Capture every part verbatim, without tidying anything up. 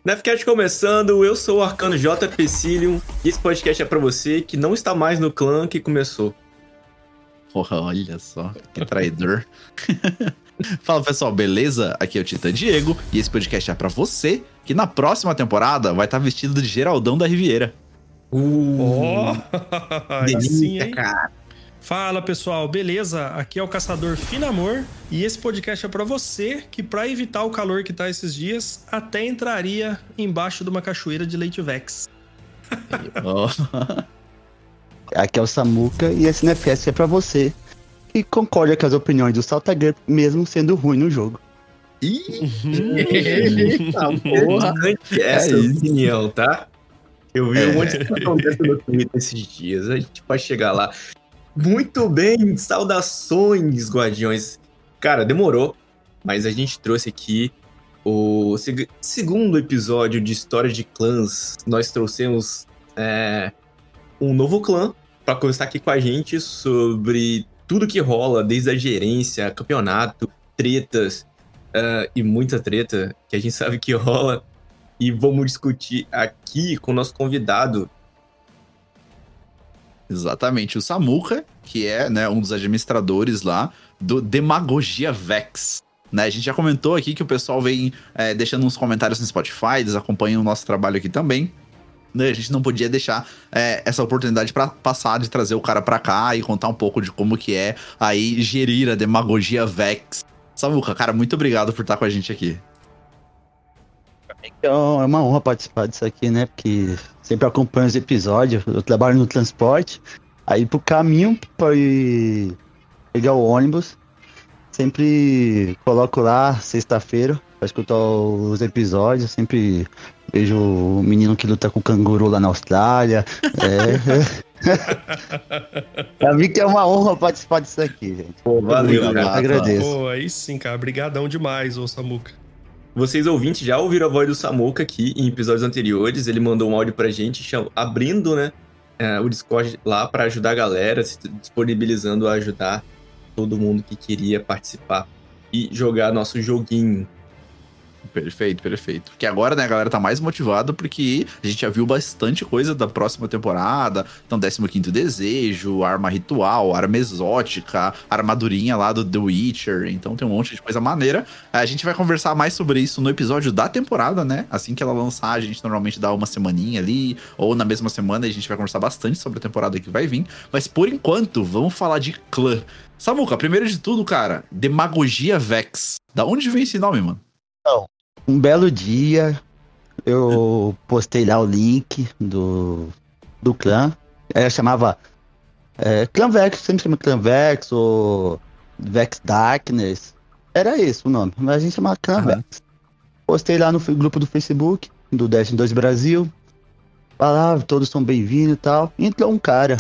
Nefcast começando, eu sou o Arcano J. Pecilium e esse podcast é pra você que não está mais no clã que começou. Porra, olha só, que traidor. Fala pessoal, beleza? Aqui é o Titã Diego e esse podcast é pra você que na próxima temporada vai estar vestido de Geraldão da Riviera. Uh, oh, delícia, hein? Cara. Fala pessoal, beleza? Aqui é o Caçador Finamor e esse podcast é pra você que, pra evitar o calor que tá esses dias, até entraria embaixo de uma cachoeira de leite Vex. Oh. Aqui é o Samuca e esse Nefcast é pra você que concorda com as opiniões do Saltaguer, mesmo sendo ruim no jogo. Eita porra! Essa é opinião, tá? Eu vi um monte de discussão dessa no Twitter esses dias, a gente pode chegar lá. Muito bem, saudações, guardiões. Cara, demorou, mas a gente trouxe aqui o seg- segundo episódio de História de Clãs. Nós trouxemos é, um novo clã para conversar aqui com a gente sobre tudo que rola, desde a gerência, campeonato, tretas uh, e muita treta que a gente sabe que rola. E vamos discutir aqui com o nosso convidado. Exatamente, o Samuca, que é, né, um dos administradores lá do Demagogia Vex. Né, a gente já comentou aqui que o pessoal vem é, deixando uns comentários no Spotify, eles acompanham o nosso trabalho aqui também. Né, a gente não podia deixar é, essa oportunidade para passar de trazer o cara para cá e contar um pouco de como que é aí gerir a Demagogia Vex. Samuca, cara, muito obrigado por estar com a gente aqui. Então, é uma honra participar disso aqui, né? Porque sempre acompanho os episódios. Eu trabalho no transporte. Aí, pro caminho pra ir pegar o ônibus, sempre coloco lá sexta-feira pra escutar os episódios. Sempre vejo o menino que luta com o canguru lá na Austrália. É. Pra mim que é uma honra participar disso aqui, gente. Pô, valeu, eu cara. agradeço. Pô, aí sim, cara. Brigadão demais, ô Samuca. Vocês ouvintes já ouviram a voz do Samuca aqui em episódios anteriores. Ele mandou um áudio pra gente, cham... abrindo, né, é, o Discord lá pra ajudar a galera, se disponibilizando a ajudar todo mundo que queria participar e jogar nosso joguinho. Perfeito, perfeito. Porque agora, né, a galera tá mais motivada porque a gente já viu bastante coisa da próxima temporada. Então, décimo quinto Desejo, arma ritual, arma exótica, armadurinha lá do The Witcher. Então tem um monte de coisa maneira. A gente vai conversar mais sobre isso no episódio da temporada, né? Assim que ela lançar, a gente normalmente dá uma semaninha ali, ou na mesma semana a gente vai conversar bastante sobre a temporada que vai vir. Mas por enquanto, vamos falar de clã. Samuca, primeiro de tudo, cara, Demagogia Vex. Da onde vem esse nome, mano? Não. Um belo dia, eu postei lá o link do, do clã. É, chamava é, Clã Vex, sempre chama Clã Vex ou Vex Darkness. Era esse o nome, mas a gente chamava Clã Uhum. Vex. Postei lá no grupo do Facebook, do Destiny dois Brasil. Falava, todos são bem-vindos e tal. Entrou um cara.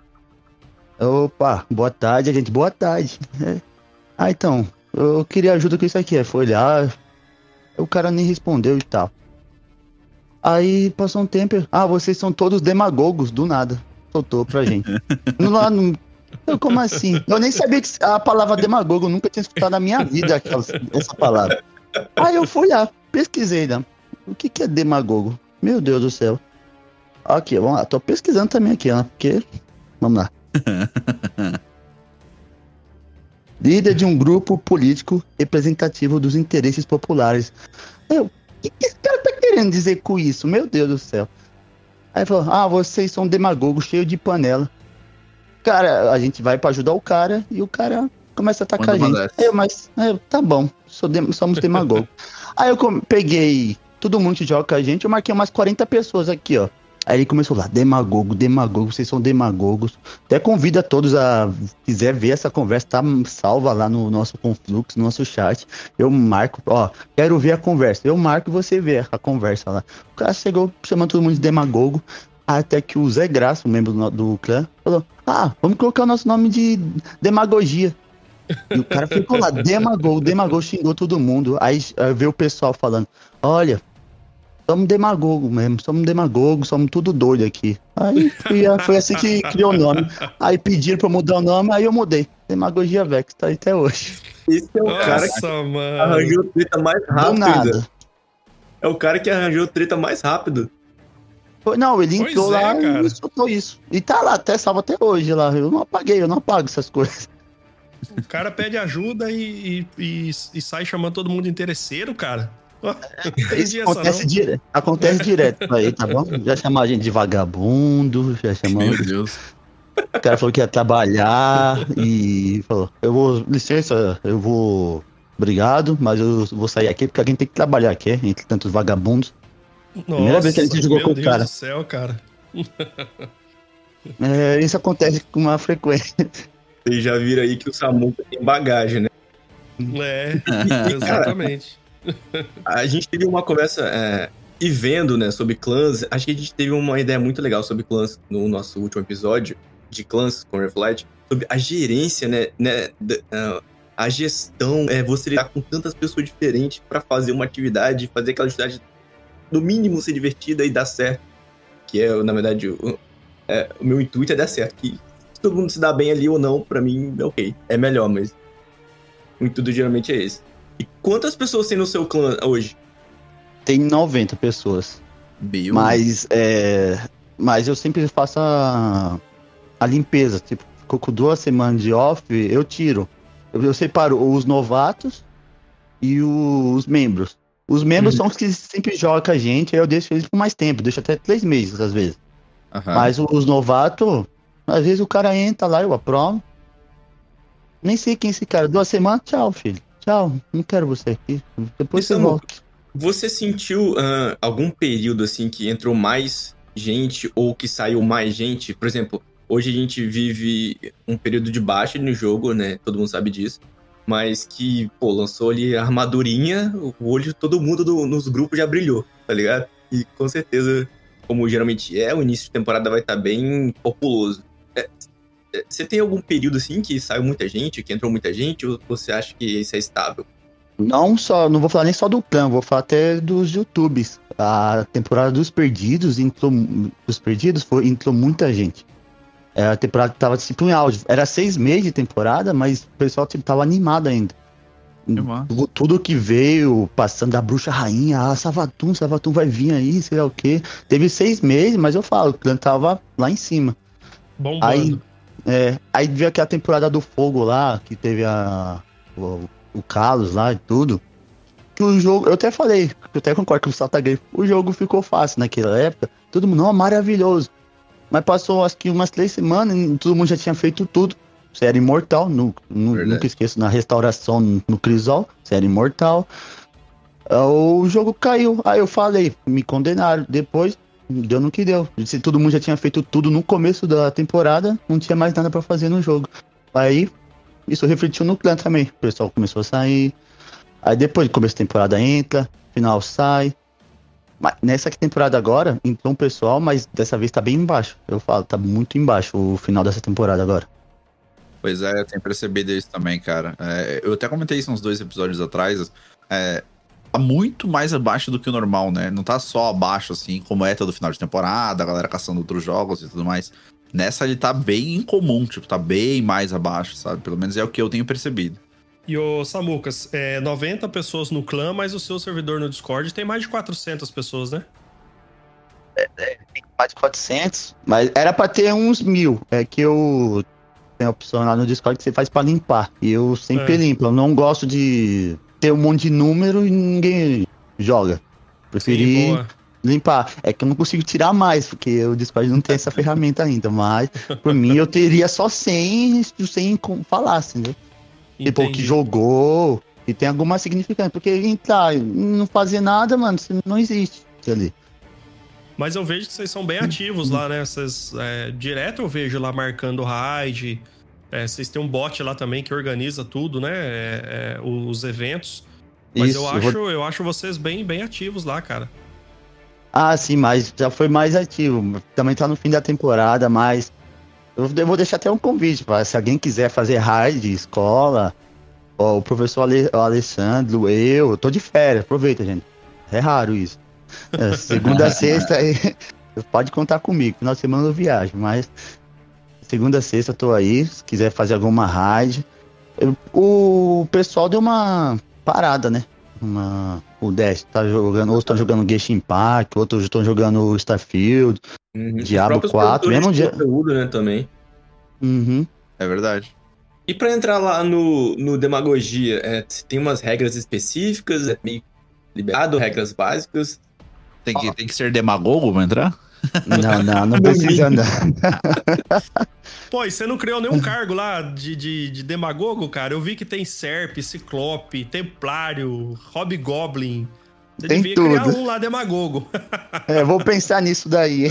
Opa, boa tarde, gente, boa tarde. É. Ah, então, eu queria ajuda com isso aqui. Foi olhar. O cara nem respondeu e tal. Aí passou um tempo. Ah, vocês são todos demagogos, do nada. Soltou pra gente. não, não, eu, como assim? Eu nem sabia que a palavra demagogo, eu nunca tinha escutado na minha vida aquela, essa palavra. Aí eu fui lá, pesquisei, né? O que, que é demagogo? Meu Deus do céu. Aqui, vamos lá. Tô pesquisando também aqui, ó. Porque. Vamos lá. Líder de um grupo político representativo dos interesses populares. Eu, o que, que esse cara tá querendo dizer com isso? Meu Deus do céu. Aí falou, ah, vocês são demagogos, cheio de panela. Cara, a gente vai pra ajudar o cara e o cara começa a atacar Manda a uma gente. dessas. Eu, mas, eu, tá bom, sou de- somos demagogos. Aí eu com- peguei todo mundo que joga com a gente, eu marquei umas quarenta pessoas aqui, ó. Aí ele começou lá, demagogo, demagogo, vocês são demagogos. Até convida todos a, quiser ver essa conversa, tá salva lá no nosso Conflux, no nosso chat. Eu marco, ó, quero ver a conversa. Eu marco e você vê a conversa lá. O cara chegou chamando todo mundo de demagogo, até que o Zé Graça, um membro do, do clã, falou, ah, vamos colocar o nosso nome de demagogia. E o cara ficou lá, demagogo, demagogo, xingou todo mundo. Aí uh, veio o pessoal falando, olha, somos demagogo mesmo, somos demagogo, somos tudo doido aqui. Aí foi, foi assim que criou o nome. Aí pediram pra mudar o nome, aí eu mudei. Demagogia Vex, tá aí até hoje. Esse é o cara que Nossa, mano. arranjou a treta mais Do rápido. nada. É o cara que arranjou treta mais rápido. Não, ele Pois entrou é, lá cara. e soltou isso. E tá lá, até salvo até hoje lá. Eu não apaguei, eu não apago essas coisas. O cara pede ajuda e, e, e, e sai chamando todo mundo de interesseiro, cara. Ó, não Isso entendi essa, acontece, não. dire... acontece direto aí, tá bom? Já chamaram a gente de vagabundo, já chamou. Meu Deus. O cara falou que ia trabalhar e falou: eu vou, licença, eu vou. Obrigado, mas eu vou sair aqui porque alguém tem que trabalhar aqui, entre tantos vagabundos. Primeira vez que a gente jogou meu com o Deus cara. do céu, cara. É, isso acontece com uma frequência. Vocês já viram aí que o Samuca tem bagagem, né? É, exatamente. A gente teve uma conversa é, e vendo, né, sobre clãs. Acho que a gente teve uma ideia muito legal sobre clãs no nosso último episódio de clãs com Reflight, sobre a gerência, né, né da, uh, a gestão, é, você lidar com tantas pessoas diferentes pra fazer uma atividade, fazer aquela atividade no mínimo ser divertida e dar certo, que é, na verdade, o, é, o meu intuito é dar certo, que se todo mundo se dá bem ali ou não, pra mim, é ok, é melhor, mas o intuito geralmente é esse. E quantas pessoas tem no seu clã hoje? Tem noventa pessoas. Meu. Mas, é, mas eu sempre faço a, a limpeza. Tipo, ficou com duas semanas de off, eu tiro. Eu, eu separo os novatos e o, os membros. Os membros Uhum. são os que sempre jogam com a gente, aí eu deixo eles por mais tempo, deixo até três meses às vezes. Aham. Mas os novatos, às vezes o cara entra lá, eu aprovo. Nem sei quem é esse cara. Duas semanas, tchau, filho. Tchau, não quero você aqui. Depois Isso você é volta. Você sentiu ah, algum período assim que entrou mais gente ou que saiu mais gente? Por exemplo, hoje a gente vive um período de baixa no jogo, né? Todo mundo sabe disso. Mas que, pô, lançou ali a armadurinha, o olho de todo mundo do- nos grupos já brilhou, tá ligado? E com certeza, como geralmente é, o início de temporada vai estar bem populoso. É, é, você tem algum período assim que saiu muita gente, que entrou muita gente, ou você acha que isso é estável? Não só, não vou falar nem só do clã, vou falar até dos YouTubes. A temporada dos perdidos, entrou, dos perdidos foi, entrou muita gente. É, a temporada tava tipo em áudio. Era seis meses de temporada, mas o pessoal tipo, tava animado ainda. Que massa. Tudo, tudo que veio, passando da bruxa rainha, ah, Savatum, Savatum vai vir aí, sei lá o quê. Teve seis meses, mas eu falo, o clã tava lá em cima. Bombando. Aí, é, aí veio aquela temporada do fogo lá, que teve a, o, o Carlos lá e tudo. Que o jogo, eu até falei, eu até concordo com o Salta Grey, o jogo ficou fácil naquela época. Todo mundo, não, maravilhoso. Mas passou acho que umas três semanas e todo mundo já tinha feito tudo. Você era imortal, nu, nu, Verdade. nunca esqueço, na restauração no, no Crisol, você era imortal. Ah, o jogo caiu. Aí eu falei, me condenaram. Depois, deu no que deu. Se todo mundo já tinha feito tudo no começo da temporada, não tinha mais nada pra fazer no jogo. Aí, isso refletiu no clã também. O pessoal começou a sair. Aí depois, começo da temporada entra, final sai. Mas nessa temporada agora, entrou um pessoal, mas dessa vez tá bem embaixo. Eu falo, tá muito embaixo o final dessa temporada agora. Pois é, eu tenho percebido isso também, cara. É, eu até comentei isso uns dois episódios atrás. É, tá muito mais abaixo do que o normal, né? Não tá só abaixo, assim, como é todo final de temporada, a galera caçando outros jogos e tudo mais. Nessa ele tá bem incomum, tipo, tá bem mais abaixo, sabe? Pelo menos é o que eu tenho percebido. E o Samucas, é noventa pessoas no clã, mas o seu servidor no Discord tem mais de quatrocentas pessoas, né? Tem mais de quatrocentos, mas era pra ter uns mil. É que eu tenho a opção lá no Discord que você faz pra limpar. E eu sempre É. limpo. Eu não gosto de ter um monte de número e ninguém joga. Preferi Sim, boa. limpar. É que eu não consigo tirar mais, porque o Discord não tem essa ferramenta ainda. Mas, por mim, eu teria só cem, sem com- falar, entendeu? Tipo, que Entendi. jogou e tem alguma significância. Porque entrar e não fazer nada, mano, isso não existe ali. Mas eu vejo que vocês são bem ativos lá, né? Vocês, é, direto eu vejo lá marcando raid. É, vocês têm um bot lá também que organiza tudo, né? É, é, os eventos. Mas Isso, eu eu acho, vou- eu acho vocês bem, bem ativos lá, cara. Ah, sim, mas já foi mais ativo. Também tá no fim da temporada, mas eu eu vou deixar até um convite, pra, se alguém quiser fazer raid, escola, ó, o professor Ale, o Alessandro, eu, eu tô de férias, aproveita, gente. É raro isso. É, segunda a sexta, aí, pode contar comigo. Final de semana eu viajo, mas segunda a sexta eu tô aí, se quiser fazer alguma raid. Eu- o pessoal deu uma parada, né? Uma o Dash tá jogando, outros estão jogando Genshin Impact, outros estão jogando Starfield, Uhum. Diablo quatro, mesmo dia. Conteúdo, né, também. Uhum. É verdade. E pra entrar lá no, no Demagogia, é, tem umas regras específicas, é meio liberado, regras básicas. Tem que, tem que ser demagogo pra entrar? Não, não, não precisa não. Pô, e você não criou nenhum cargo lá de, de, de demagogo, cara? Eu vi que tem Serp, Ciclope, Templário, Hobgoblin. Você Tem devia criar tudo. um lá demagogo. É, vou pensar nisso daí.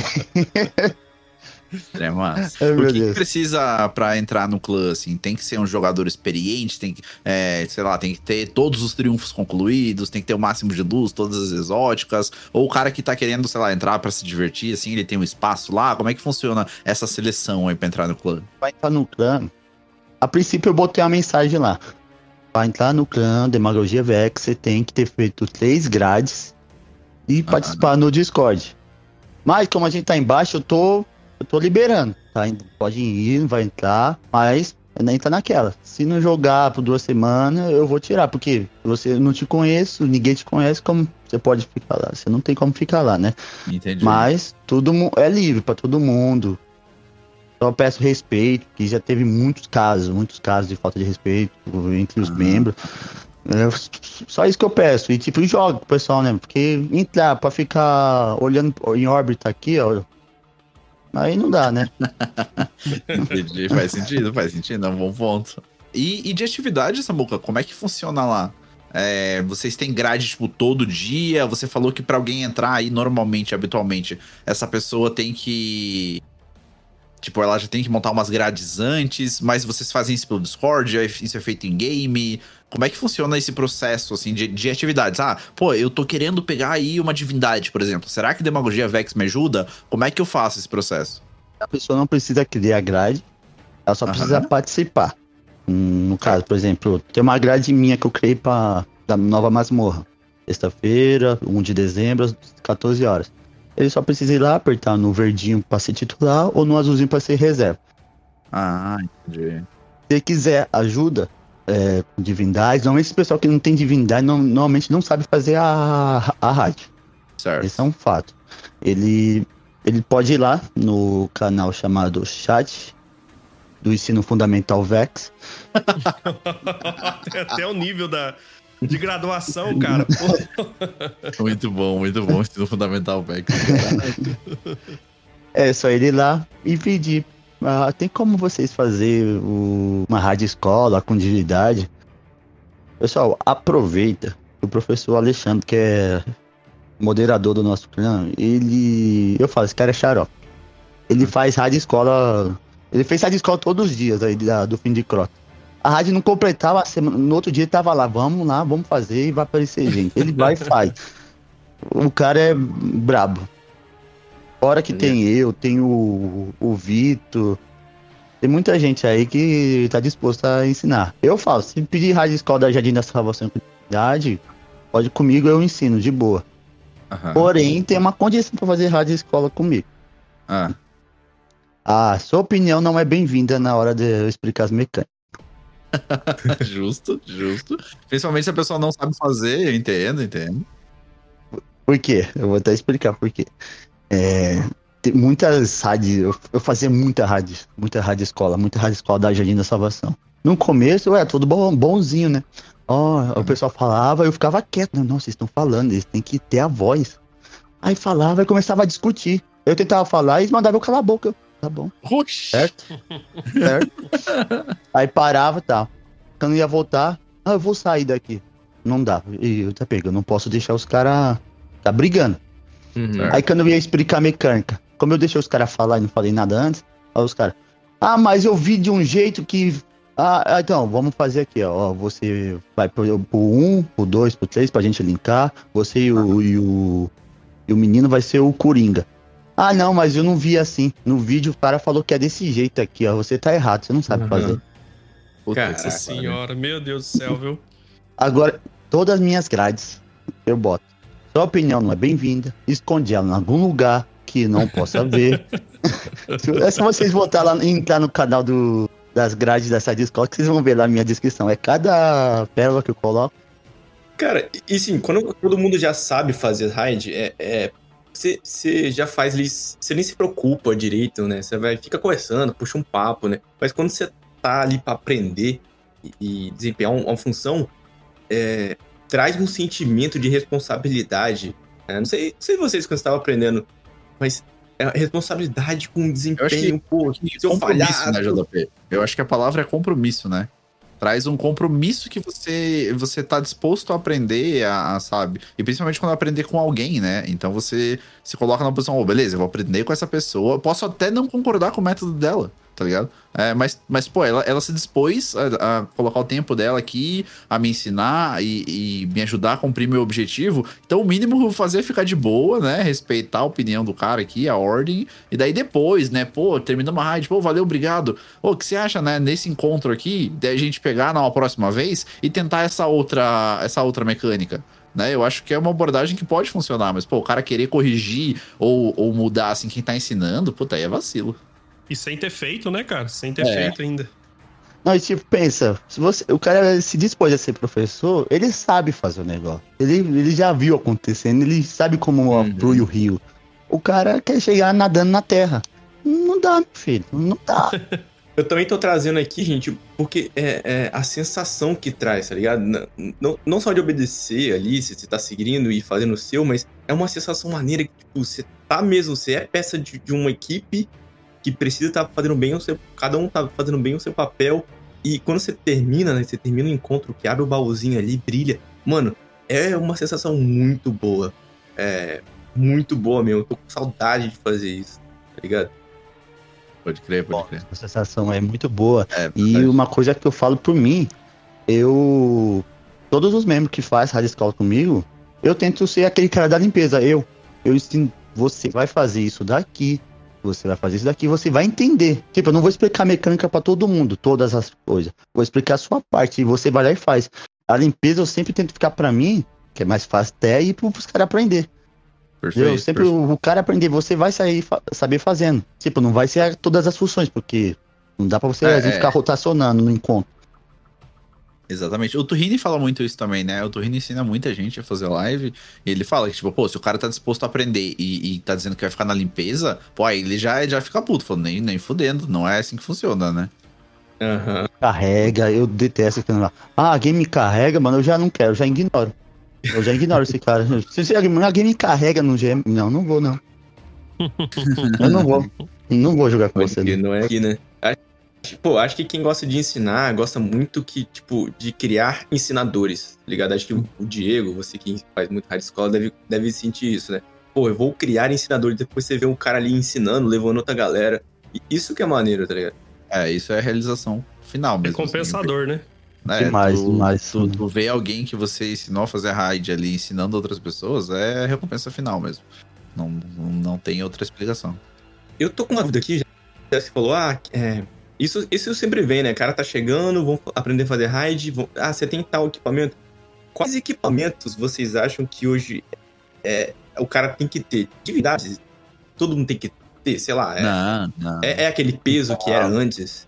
É, mas Ai, o meu que, que Deus. precisa pra entrar no clã, assim? Tem que ser um jogador experiente, tem que, é, sei lá, tem que ter todos os triunfos concluídos, tem que ter o máximo de luz, todas as exóticas, ou o cara que tá querendo, sei lá, entrar pra se divertir, assim, ele tem um espaço lá, como é que funciona essa seleção aí pra entrar no clã? Vai entrar no clã. A princípio eu botei uma mensagem lá. Para entrar no clã Demagogia Vex, você tem que ter feito três grades e Ah, participar no Discord. Mas como a gente tá embaixo, eu tô, eu tô liberando. Tá? Pode ir, vai entrar, mas ainda entra naquela. Se não jogar por duas semanas, eu vou tirar, porque você não te conheço, ninguém te conhece, como você pode ficar lá? Você não tem como ficar lá, né? Entendi. Mas tudo mu- é livre para todo mundo. Só peço respeito, que já teve muitos casos, muitos casos de falta de respeito entre os Ah. membros. É, só isso que eu peço. E tipo, joga com o pessoal, né? Porque entrar pra ficar olhando em órbita aqui, ó. Aí não dá, né? Entendi, faz sentido, faz sentido, é um bom ponto. E, e de atividade, Samuca, como é que funciona lá? É, vocês têm grade, tipo, todo dia? Você falou que pra alguém entrar aí, normalmente, habitualmente, essa pessoa tem que... Tipo, ela já tem que montar umas grades antes, mas vocês fazem isso pelo Discord, isso é feito em game? Como é que funciona esse processo, assim, de, de atividades? Ah, pô, eu tô querendo pegar aí uma divindade, por exemplo. Será que Demagogia Vex me ajuda? Como é que eu faço esse processo? A pessoa não precisa criar grade, ela só Aham. precisa participar. Hum, No caso, por exemplo, tem uma grade minha que eu criei pra da nova masmorra. Sexta-feira, primeiro de dezembro, às quatorze horas. Ele só precisa ir lá, apertar no verdinho pra ser titular ou no azulzinho pra ser reserva. Ah, entendi. Se ele quiser ajuda é, com divindades, normalmente esse pessoal que não tem divindade não- normalmente não sabe fazer a, a raid. Certo. Isso é um fato. Ele, ele pode ir lá no canal chamado Chat do Ensino Fundamental Vex. Tem até o nível da, de graduação, cara. Pô. Muito bom, muito bom. Ensino Fundamental Vex. É só ele ir lá e pedir. Ah, tem como vocês fazer o- uma rádio escola com divindade? Pessoal, aproveita que o professor Alexandre, que é moderador do nosso clã, ele. Eu falo, esse cara é xarope. Ele faz rádio escola. Ele fez rádio escola todos os dias aí da- do fim de crota. A rádio não completava a semana. No outro dia ele tava lá, vamos lá, vamos fazer e vai aparecer gente. Ele vai e faz. O cara é brabo. Fora que tem eu, tem o, o Vitor. Tem muita gente aí que tá disposto a ensinar. Eu falo, se pedir rádio escola da Jardim da Salvação com idade, pode comigo, eu ensino, de boa. Aham. Porém, tem uma condição pra fazer rádio escola comigo. Ah, A sua opinião não é bem-vinda na hora de eu explicar as mecânicas. justo, justo. Principalmente se a pessoa não sabe fazer, eu entendo, entendo. Por quê? Eu vou até explicar por quê. É, tem muitas rádios, eu, eu fazia muita rádio, muita rádio escola, muita rádio escola da Jardim da Salvação. No começo, ué, tudo bom, bonzinho, né? Ó, o pessoal falava, eu ficava quieto. Não, não, vocês estão falando, eles têm que ter a voz. Aí falava e começava a discutir. Eu tentava falar e eles mandavam eu calar a boca. Tá bom, Oxi. certo? Certo? Aí parava e tal. Quando ia voltar, ah, eu vou sair daqui. Não dá. E eu tá pegando, eu não posso deixar os caras tá brigando. Uhum. Aí quando eu ia explicar a mecânica, como eu deixei os caras falar e não falei nada antes, aí os caras, ah, mas eu vi de um jeito que. Ah, ah, então, vamos fazer aqui, ó. ó, Você vai pro, pro um, pro dois, pro três, pra gente linkar. Você e o, e o, e o menino vai ser o Coringa. Ah, não, mas eu não vi assim. No vídeo o cara falou que é desse jeito aqui, ó. Você tá errado, você não sabe Uhum. fazer. Puta Caraca. que Nossa senhora, meu Deus do céu, viu? Agora, todas as minhas grades, eu boto. Sua opinião não é bem-vinda. Esconde ela em algum lugar que não possa ver. É só vocês voltar lá e entrar no canal do, das grades dessa Discord que vocês vão ver lá a minha descrição. É cada pérola que eu coloco. Cara, e sim, quando todo mundo já sabe fazer raid, é, é, você, você já faz ali, você nem se preocupa direito, né? Você vai, fica conversando, puxa um papo, né? Mas quando você tá ali pra aprender e, e desempenhar uma função, é, traz um sentimento de responsabilidade. Né? Não sei, não sei vocês quando estavam aprendendo, mas é responsabilidade com desempenho, pô, se eu falhar... né, J P? Eu acho que a palavra é compromisso, né? Traz um compromisso que você você tá disposto a aprender, a, a, sabe? E principalmente quando aprender com alguém, né? Então você se coloca na posição, oh, beleza, eu vou aprender com essa pessoa. Eu posso até não concordar com o método dela, tá ligado? É, mas, mas, pô, ela, ela se dispôs a, a colocar o tempo dela aqui, a me ensinar e, e me ajudar a cumprir meu objetivo. Então o mínimo que eu vou fazer é ficar de boa, né? Respeitar a opinião do cara aqui, a ordem. E daí depois, né? Pô, terminamos a raid, pô, valeu, obrigado. Ô, o que você acha, né? Nesse encontro aqui, da gente pegar na próxima vez e tentar essa outra, essa outra mecânica. Né? Eu acho que é uma abordagem que pode funcionar, mas, pô, o cara querer corrigir ou, ou mudar, assim, quem tá ensinando, puta, aí é vacilo. E sem ter feito, né, cara? Sem ter é. feito ainda. Não, e tipo, pensa, se você, o cara se dispôs a ser professor, ele sabe fazer o negócio. Ele, ele já viu acontecendo, ele sabe como uhum. flui o rio. O cara quer chegar nadando na terra. Não dá, meu filho, não dá. Eu também tô trazendo aqui, gente, porque é, é a sensação que traz, tá ligado? Não, não só de obedecer ali, se você tá seguindo e fazendo o seu, mas é uma sensação maneira que, tipo, você tá mesmo, você é peça de, de uma equipe que precisa estar tá fazendo bem o seu... Cada um tá fazendo bem o seu papel. E quando você termina, né? Você termina o encontro, que abre o baúzinho ali, brilha. Mano, é uma sensação muito boa. É muito boa mesmo. Eu tô com saudade de fazer isso, tá ligado? Pode crer, pode crer. A sensação é muito boa. É, e uma coisa que eu falo por mim, eu... Todos os membros que faz Rádio Escola comigo, eu tento ser aquele cara da limpeza. Eu, eu ensino, você vai fazer isso daqui, você vai fazer isso daqui, você vai entender. Tipo, eu não vou explicar mecânica pra todo mundo, todas as coisas. Vou explicar a sua parte, e você vai lá e faz. A limpeza eu sempre tento ficar pra mim, que é mais fácil até, e pros caras aprender. Perfeito, eu sempre perfeito. O cara aprender, você vai sair fa- saber fazendo. Tipo, não vai ser todas as funções, porque não dá pra você é, a gente é. ficar rotacionando no encontro. Exatamente. O Turini fala muito isso também, né? O Turini ensina muita gente a fazer live. E ele fala que, tipo, pô, se o cara tá disposto a aprender e, e tá dizendo que vai ficar na limpeza, pô, aí ele já, já fica puto, falando, nem, nem fudendo. Não é assim que funciona, né? Uhum. Carrega, eu detesto aquilo lá. Ah, alguém me carrega, mano, eu já não quero, já ignoro. Eu já ignoro esse cara. Se alguém me carrega no G M, não, não vou, não. Eu não vou. Não vou jogar com você. Não é aqui, né? Pô, acho que quem gosta de ensinar, gosta muito que, tipo, de criar ensinadores, tá ligado? Acho que o, o Diego, você que faz muito rádio escola, deve, deve sentir isso, né? Pô, eu vou criar ensinadores, depois você vê um cara ali ensinando, levando outra galera. E isso que é maneiro, tá ligado? É, isso é a realização final mesmo. É compensador, assim, né? É, demais, tu, demais. Tu, tu vê alguém que você ensinou a fazer raid ali, ensinando outras pessoas, é a recompensa final mesmo. Não, não, não tem outra explicação. Eu tô com uma dúvida aqui, já você falou, ah, é... Isso, isso sempre vem, né? O cara tá chegando, vão aprender a fazer raid, vão... ah, você tem tal equipamento. Quais equipamentos vocês acham que hoje é, o cara tem que ter? Atividades, todo mundo tem que ter, sei lá. É, não, não. É, é aquele peso não. que era antes?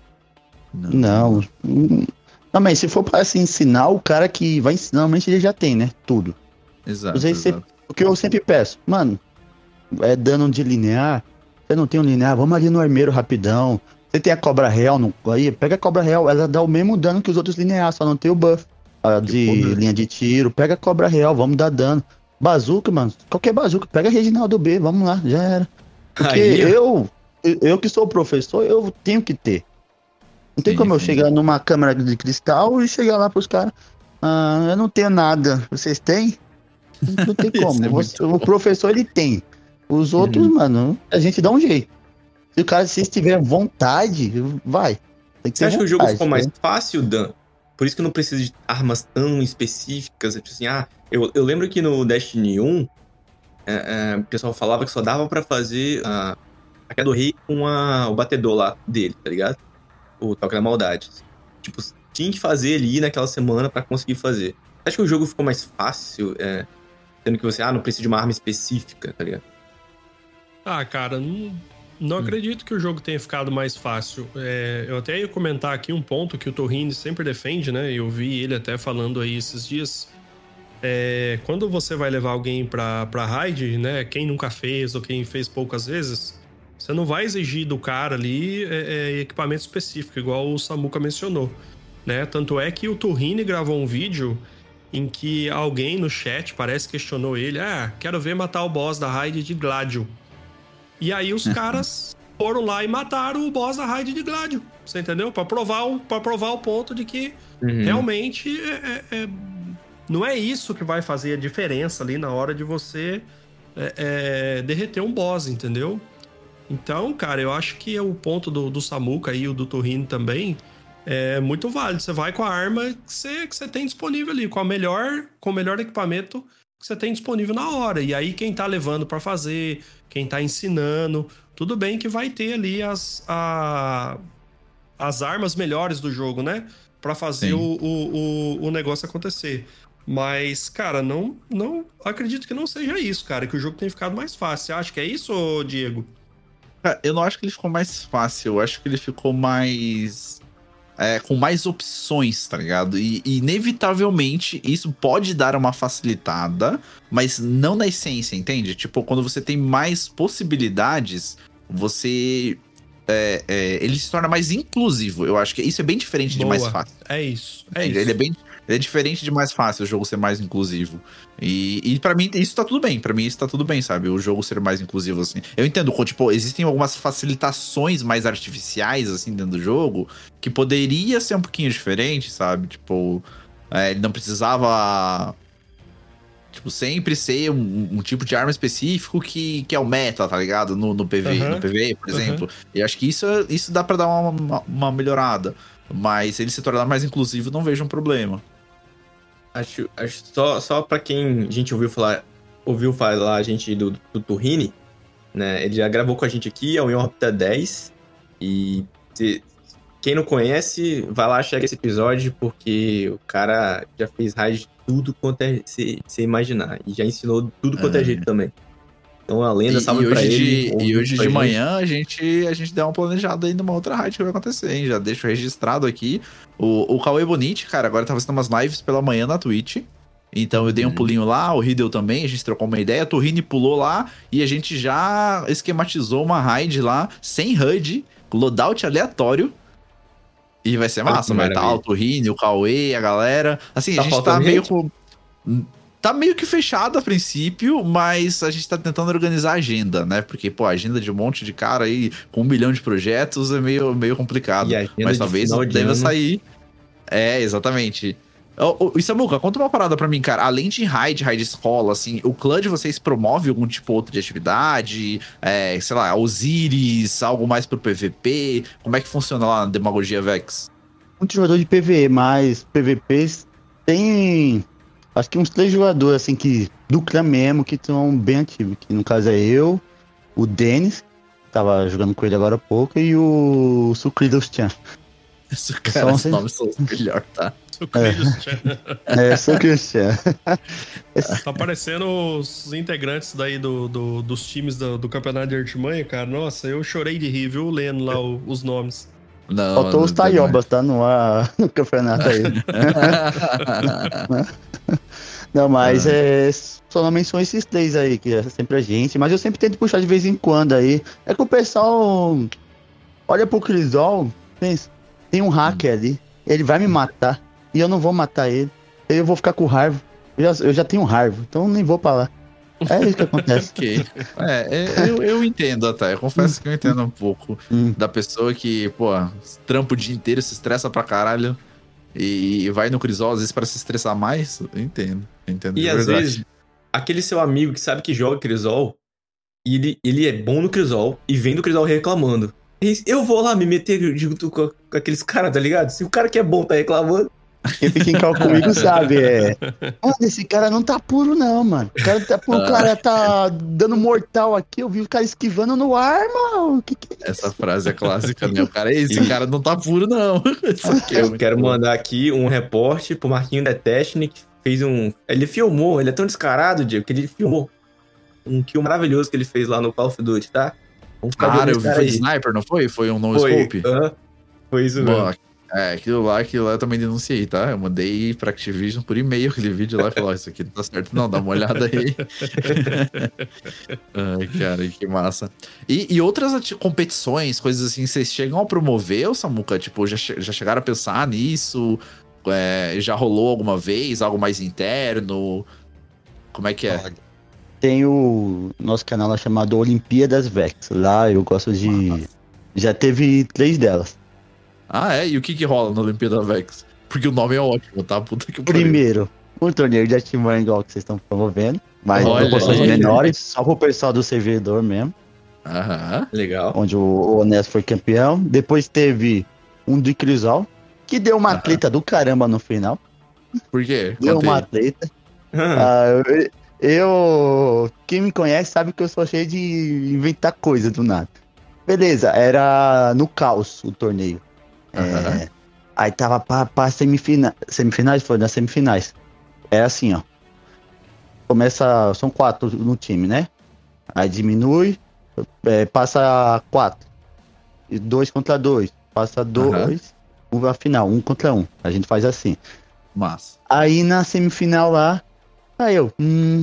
Não. Não. Não, mas se for pra se ensinar, o cara que vai ensinar, normalmente ele já tem, né? Tudo. Exato, exato. Você, o que eu sempre peço, mano, é dano de linear, você não tem um linear, vamos ali no armeiro rapidão. Você tem a cobra real no, aí, pega a cobra real, ela dá o mesmo dano que os outros lineares, só não tem o buff a de porra. Linha de tiro. Pega a cobra real, vamos dar dano. Bazuca, mano, qualquer bazuca, pega a Reginaldo B, vamos lá, já era. Porque aí, eu, eu que sou o professor, eu tenho que ter. Não tem sim, como sim. eu chegar numa câmera de cristal e chegar lá pros caras, ah, eu não tenho nada, vocês têm? Não tem como, é Você, o professor ele tem. Os outros, uhum. mano, a gente dá um jeito. Se o cara, se tiver vontade, vai. Tem que Você acha vontade, que o jogo ficou né? mais fácil, Dan? Por isso que não precisa de armas tão específicas. Tipo assim, ah, eu, eu lembro que no Destiny um, é, é, o pessoal falava que só dava pra fazer a, a queda do rei com a, o batedor lá dele, tá ligado? O toque da maldade. Tipo, tinha que fazer ali naquela semana pra conseguir fazer. Você acha que o jogo ficou mais fácil, é, tendo que você, ah, não precisa de uma arma específica, tá ligado? Ah, cara, não... Não acredito que o jogo tenha ficado mais fácil. É, eu até ia comentar aqui um ponto que o Torrini sempre defende, né? Eu vi ele até falando aí esses dias. é, quando você vai levar alguém pra, pra raid, né? Quem nunca fez ou quem fez poucas vezes, você não vai exigir do cara ali é, é, equipamento específico, igual o Samuka mencionou, né? Tanto é que o Turrini gravou um vídeo em que alguém no chat, parece, questionou ele. Ah, quero ver matar o boss da raid de Gladio. E aí os caras foram lá e mataram o boss da raid de Gladio. Você entendeu? Pra provar o, pra provar o ponto de que uhum. realmente é, é, é, não é isso que vai fazer a diferença ali na hora de você é, é, derreter um boss, entendeu? Então, cara, eu acho que o ponto do, do Samuka e o do Turrini também é muito válido. Você vai com a arma que você, que você tem disponível ali, com, a melhor, com o melhor equipamento que você tem disponível na hora. E aí quem tá levando pra fazer, quem tá ensinando, tudo bem que vai ter ali as, a, as armas melhores do jogo, né? Pra fazer o, o, o, o negócio acontecer. Mas, cara, não, não acredito que não seja isso, cara, que o jogo tenha ficado mais fácil. Você acha que é isso, Diego? Cara, eu não acho que ele ficou mais fácil, eu acho que ele ficou mais... É, com mais opções, tá ligado? E, inevitavelmente, isso pode dar uma facilitada, mas não na essência, entende? Tipo, quando você tem mais possibilidades, você... É, é, ele se torna mais inclusivo. Eu acho que isso é bem diferente Boa. de mais fácil. É isso, é ele, isso. Ele é bem... Ele é diferente de mais fácil o jogo ser mais inclusivo. E, e para mim, isso tá tudo bem. Pra mim, isso tá tudo bem, sabe? O jogo ser mais inclusivo, assim. Eu entendo, tipo, existem algumas facilitações mais artificiais, assim, dentro do jogo, que poderia ser um pouquinho diferente, sabe? Tipo, é, ele não precisava... Tipo, sempre ser um, um tipo de arma específico que, que é o meta, tá ligado? No, no P V, uhum. no P V, por exemplo. Uhum. E acho que isso, isso dá pra dar uma, uma, uma melhorada. Mas se ele se tornar mais inclusivo, não vejo um problema. Acho, acho só, só pra quem a gente ouviu falar, ouviu falar a gente do, do Turrini, né? Ele já gravou com a gente aqui, é o Iorpta dez. E se, quem não conhece, vai lá, chega esse episódio, porque o cara já fez raid de tudo quanto é se, se imaginar. E já ensinou tudo quanto é, é jeito também. Então a lenda, salve pra ele. De, e hoje de manhã a gente, a gente deu uma planejada aí numa outra raid que vai acontecer, hein? Já deixo registrado aqui. O, o Cauê Bonite, cara, agora tá fazendo umas lives pela manhã na Twitch. Então eu dei um pulinho lá, o Riddle também, a gente trocou uma ideia. A Turrini pulou lá e a gente já esquematizou uma raid lá, sem H U D, loadout aleatório. E vai ser massa, vai estar o Turrini, o Cauê, a galera. Assim, tá a gente tá meio com... Tá meio que fechado a princípio, mas a gente tá tentando organizar a agenda, né? Porque, pô, a agenda de um monte de cara aí, com um milhão de projetos, é meio, meio complicado. Mas talvez deva sair. É, exatamente. E Samuka, conta uma parada pra mim, cara. Além de raid, raid escola, assim, o clã de vocês promove algum tipo outro de atividade? É, sei lá, Osiris, algo mais pro P V P? Como é que funciona lá na Demagogia Vex? Muito jogador de P V E, mas P V Ps tem... Acho que uns três jogadores, assim, que do clã mesmo, que estão bem ativos. Que no caso é eu, o Denis, que tava jogando com ele agora há pouco, e o Sucrilus Chan. Cara, os nomes são os melhores, tá? Sucrilus Chan. É, Sucrilus Chan. Tá aparecendo os integrantes daí do, do, dos times do, do campeonato de artimanha, cara. Nossa, eu chorei de rir, viu? Lendo lá o, os nomes. Não, faltou os Taiobas, tá? No, ar, no campeonato aí. Não, mas ah. é, somente são esses três aí, que é sempre a gente. Mas eu sempre tento puxar de vez em quando aí. É que o pessoal olha pro Crisol, pensa, tem um hacker hum. ali, ele vai me matar, e eu não vou matar ele. Eu vou ficar com raiva. Eu já, eu já tenho raiva, então nem vou pra lá. É isso que acontece. Ok. É, eu, eu entendo até. Eu confesso que eu entendo um pouco hum. da pessoa que, pô, trampa o dia inteiro, se estressa pra caralho e vai no Crisol, às vezes, pra se estressar mais. Eu entendo. Eu entendo e às verdade. vezes, aquele seu amigo que sabe que joga Crisol, e ele, ele é bom no Crisol e vem do Crisol reclamando. Eu vou lá me meter junto com, com aqueles caras, tá ligado? Se o cara que é bom tá reclamando. Quem fica em cal comigo sabe, é... Mano, esse cara não tá puro não, mano. O cara tá puro, o cara tá dando mortal aqui, eu vi o cara esquivando no ar, mano. Que que é Essa frase é clássica, né? O cara, esse cara não tá puro não. Eu quero bom. mandar aqui um reporte pro Marquinho da Technic, que fez um... Ele filmou, ele é tão descarado, Diego, que ele filmou um kill maravilhoso que ele fez lá no Call of Duty, tá? Vamos ficar cara, eu vi, foi de sniper, não foi? Foi um no-scope? Uh, foi isso mesmo. É, aquilo lá, aquilo lá eu também denunciei, tá? Eu mandei pra Activision por e-mail aquele vídeo lá e falei, ó, isso aqui não tá certo não, dá uma olhada aí. Ai, cara, que massa. E, e outras ati- competições, coisas assim, vocês chegam a promover, ô Samuca? Tipo, já, che- já chegaram a pensar nisso? É, já rolou alguma vez? Algo mais interno? Como é que é? Olha, tem o nosso canal lá chamado Olimpíadas Vex. Lá eu gosto de... Massa. Já teve três delas. Ah, é? E o que que rola na Olimpíada Vex? Porque o nome é ótimo, tá? Puta que pariu. Primeiro, um torneio de artimanha igual que vocês estão promovendo. Mas Olha, proporções olha. menores, só pro pessoal do servidor mesmo. Aham. Legal. Onde o, o Honesto foi campeão. Depois teve um do Crisol, que deu uma Aham. treta do caramba no final. Por quê? Deu Conta uma aí. treta. Ah, Ah, eu, eu- Quem me conhece sabe que eu sou cheio de inventar coisa do nada. Beleza, era no caos o torneio. Aham. É, aí tava pra, pra semifina, semifinais, foi nas semifinais. É assim, ó. Começa, são quatro no time, né? Aí diminui, é, passa a quatro. E dois contra dois. Passa dois, um a final, um contra um. A gente faz assim. Massa. Aí na semifinal lá, aí eu, hum,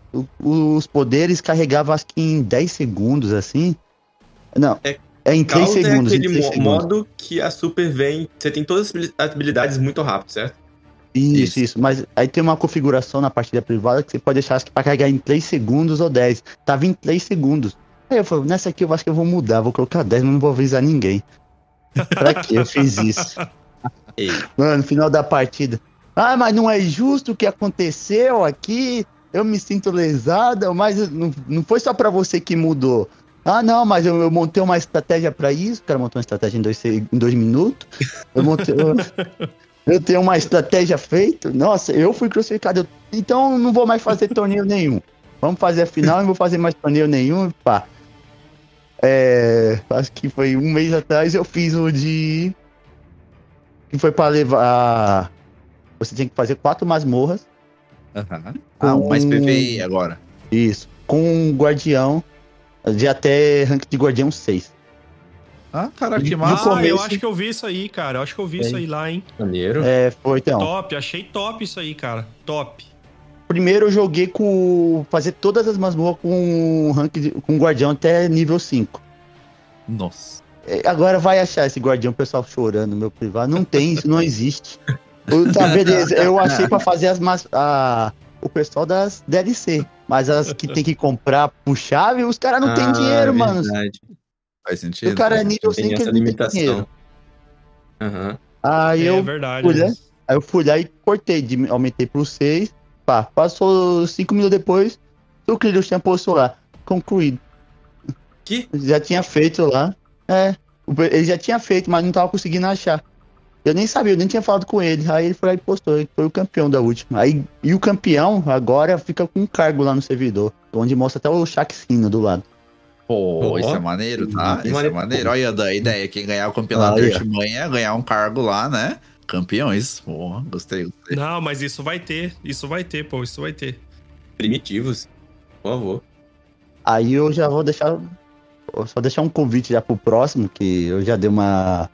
o- os poderes carregavam acho que em dez segundos, assim. Não, É, é em três Caos é segundos. em aquele três mo- segundos. modo que a Super vem. Você tem todas as habilidades muito rápido, certo? Isso, Isso. isso, mas aí tem uma configuração na partida privada que você pode deixar acho que pra carregar em três segundos ou dez. Tava em três segundos. Aí eu falei, nessa aqui eu acho que eu vou mudar, vou colocar dez, mas não vou avisar ninguém. Pra que eu fiz isso? Ei, Mano, no final da partida. Ah, mas não é justo o que aconteceu aqui. Eu me sinto lesada, mas não, não foi só pra você que mudou. Ah, não, mas eu, eu montei uma estratégia pra isso. O cara montou uma estratégia em dois, se- em dois minutos. Eu montei. Eu, eu tenho uma estratégia feita. Nossa, eu fui crucificado. Eu- então não vou mais fazer torneio nenhum. Vamos fazer a final e não vou fazer mais torneio nenhum. Pá. É, acho que foi um mês atrás eu fiz o de. Que foi pra levar. Você tinha que fazer quatro masmorras. Aham. Ah, um mais Com- P V E agora. Isso. Com um guardião. De até rank de guardião seis. Ah, cara, que Ah, massa. começo- eu acho que eu vi isso aí, cara. Eu acho que eu vi isso aí lá, hein? maneiro. É, foi então. Top, achei top isso aí, cara. Top. Primeiro eu joguei com. Fazer todas as masmorras com rank de, com guardião até nível cinco. Nossa. É, agora vai achar esse guardião, o pessoal chorando no meu privado. Não tem, isso não existe. Eu- tá, beleza. Eu achei pra fazer as mas, a, o pessoal das D L C. Mas as que tem que comprar por chave, os caras não têm Ah, dinheiro, mano. verdade. Faz sentido. O cara é faz nível Tem cinco, essa ele não tem dinheiro. limitação. Aham. Aí é eu verdade. fui, né? né? Aí eu fui lá e cortei, de- aumentei pro seis. Pá, passou cinco minutos depois, o Krillius tinha posto lá. Concluído. Que? Já tinha feito lá. É. o- Ele já tinha feito, mas não tava conseguindo achar. Eu nem sabia, eu nem tinha falado com ele. Aí ele foi lá e postou, ele foi o campeão da última. Aí, e o campeão agora fica com um cargo lá no servidor, onde mostra até o Shaxino do lado. Pô, Ó. isso é maneiro, tá? Que Isso é maneiro. maneiro. Olha a ideia, quem ganhar o campeonato Aí, de ó. artimanha é ganhar um cargo lá, né? Campeões. Pô, gostei, gostei. Não, mas isso vai ter. Isso vai ter, pô. Isso vai ter. Primitivos. Por favor. Aí eu já vou deixar. vou só deixar um convite já pro próximo, que eu já dei uma.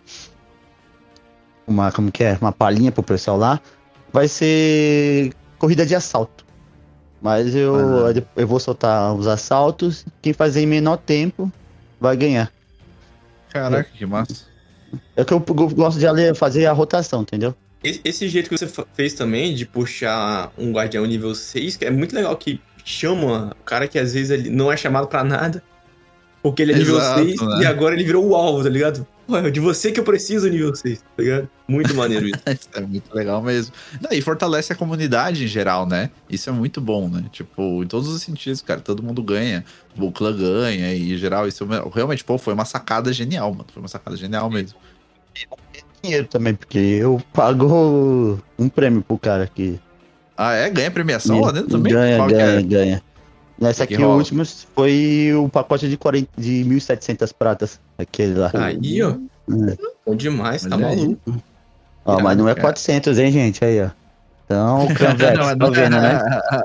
Uma. Como que é? Uma palhinha pro pessoal lá. Vai ser corrida de assalto. Mas eu, Ah. eu vou soltar os assaltos. Quem fazer em menor tempo vai ganhar. Caraca, que massa. É que eu, eu gosto de ale- fazer a rotação, entendeu? Esse, esse jeito que você fa- fez também, de puxar um guardião nível seis, que é muito legal que chama o cara que às vezes ele não é chamado pra nada, porque ele é nível Exato, seis né? e agora ele virou o alvo, tá ligado? Pô, é de você que eu preciso nível seis, tá ligado? Muito maneiro isso. Isso é muito legal mesmo. Não, e fortalece a comunidade em geral, né? Isso é muito bom, né? Tipo, em todos os sentidos, cara. Todo mundo ganha. O clã ganha e em geral. Isso é- realmente, pô, foi uma sacada genial, mano. Foi uma sacada genial mesmo. Dinheiro também, porque eu pago um prêmio pro cara que. Ah, é? Ganha premiação lá dentro também? Ganha, Qual que ganha, é? ganha. Nessa Que aqui, o rola? último foi o pacote de, quarenta, de mil e setecentas pratas. Aquele lá. Aí, ó. É. Bom demais, tá Olha aí. maluco. Ó, mas não é cara. quatrocentos, hein, gente? Aí, ó. Então, o Cranvex, tá vendo, né?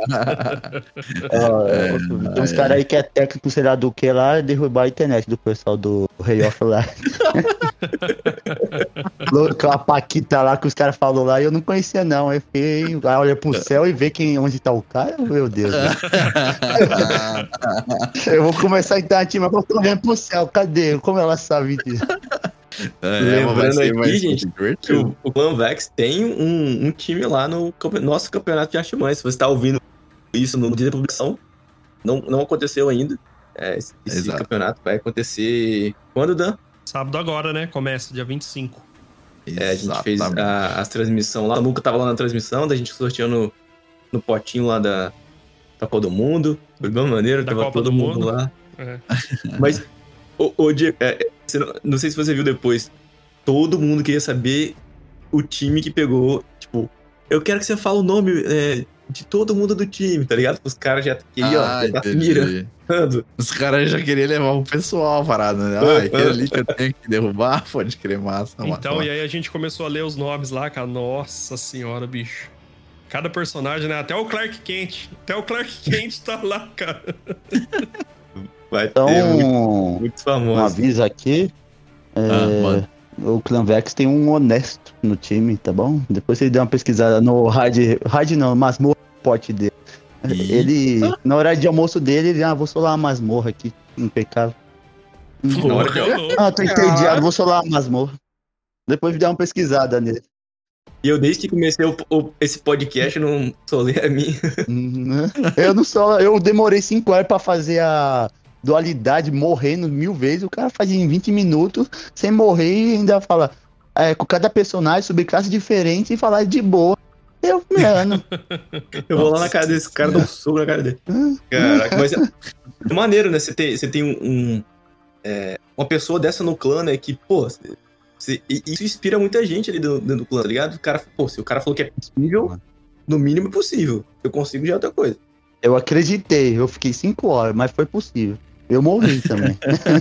Ó, É, tem uns caras aí que é técnico, sei lá do que lá, derrubar a internet do pessoal do Rei of Light. Aquela paquita lá que os caras falaram lá, e eu não conhecia não. Eu fiquei, olha pro céu e vê quem, onde tá o cara, meu Deus. Eu vou começar a entrar na time, mas eu tô olhando pro céu, cadê? Como ela sabe disso? É, Lembrando ser, aqui, gente, que o, o Clanvex tem um, um time lá no campe- nosso campeonato de Artimanhas. Se você tá ouvindo isso no dia da publicação, não, não aconteceu ainda. É, esse esse campeonato vai acontecer quando, Dan? Sábado agora, né? Começa, dia vinte e cinco. É, a gente fez a, a transmissão lá. O Nunca tava lá na transmissão, da gente sorteando no, no potinho lá da, da Copa do Mundo. Foi de uma maneira, Da tava Copa todo do mundo Mundo. lá. É. Mas, ô, ô Diego, é, você não, não sei se você viu depois, todo mundo queria saber o time que pegou. Tipo, eu quero que você fale o nome é, de todo mundo do time, tá ligado? Os caras já queriam, Ah, ó, já tá mirando. Os caras já queriam levar o pessoal a parada, né? Ah, aquele ali que eu tenho que derrubar, pode crer, massa. Então, massa. e aí a gente começou a ler os nomes lá, cara. Nossa senhora, bicho. Cada personagem, né? Até o Clark Kent. Até o Clark Kent tá lá, cara. Vai Então, ter muito, muito um famoso. aviso aqui. É, Ah, o Clanvex tem um honesto no time, tá bom? Depois você dá uma pesquisada no hard, hard não, masmorra pote dele. Ih. Ele, na hora de almoço dele, ele, ah, vou solar a masmorra aqui, impecável. Na hora de- Ah, tô entediado, vou solar a masmorra. Depois dá uma pesquisada nele. E eu, desde que comecei o- o- esse podcast, não solei a minha. Uhum. Eu não só, eu demorei cinco horas pra fazer a dualidade morrendo mil vezes. O cara faz em vinte minutos sem morrer e ainda fala é, com cada personagem, subclasse diferente e falar de boa. Eu, mano. Eu vou lá na cara desse cara, dou um soco na cara dele. Caraca, mas é, é maneiro, né? Você tem, você tem um, um, é, uma pessoa dessa no clã, né? Que, pô, você- você- e- isso inspira muita gente ali dentro, dentro do clã, tá ligado? O cara, pô, se o cara falou que é possível, no mínimo é possível. Eu consigo já é outra coisa. Eu acreditei, eu fiquei cinco horas, mas foi possível. Eu morri também.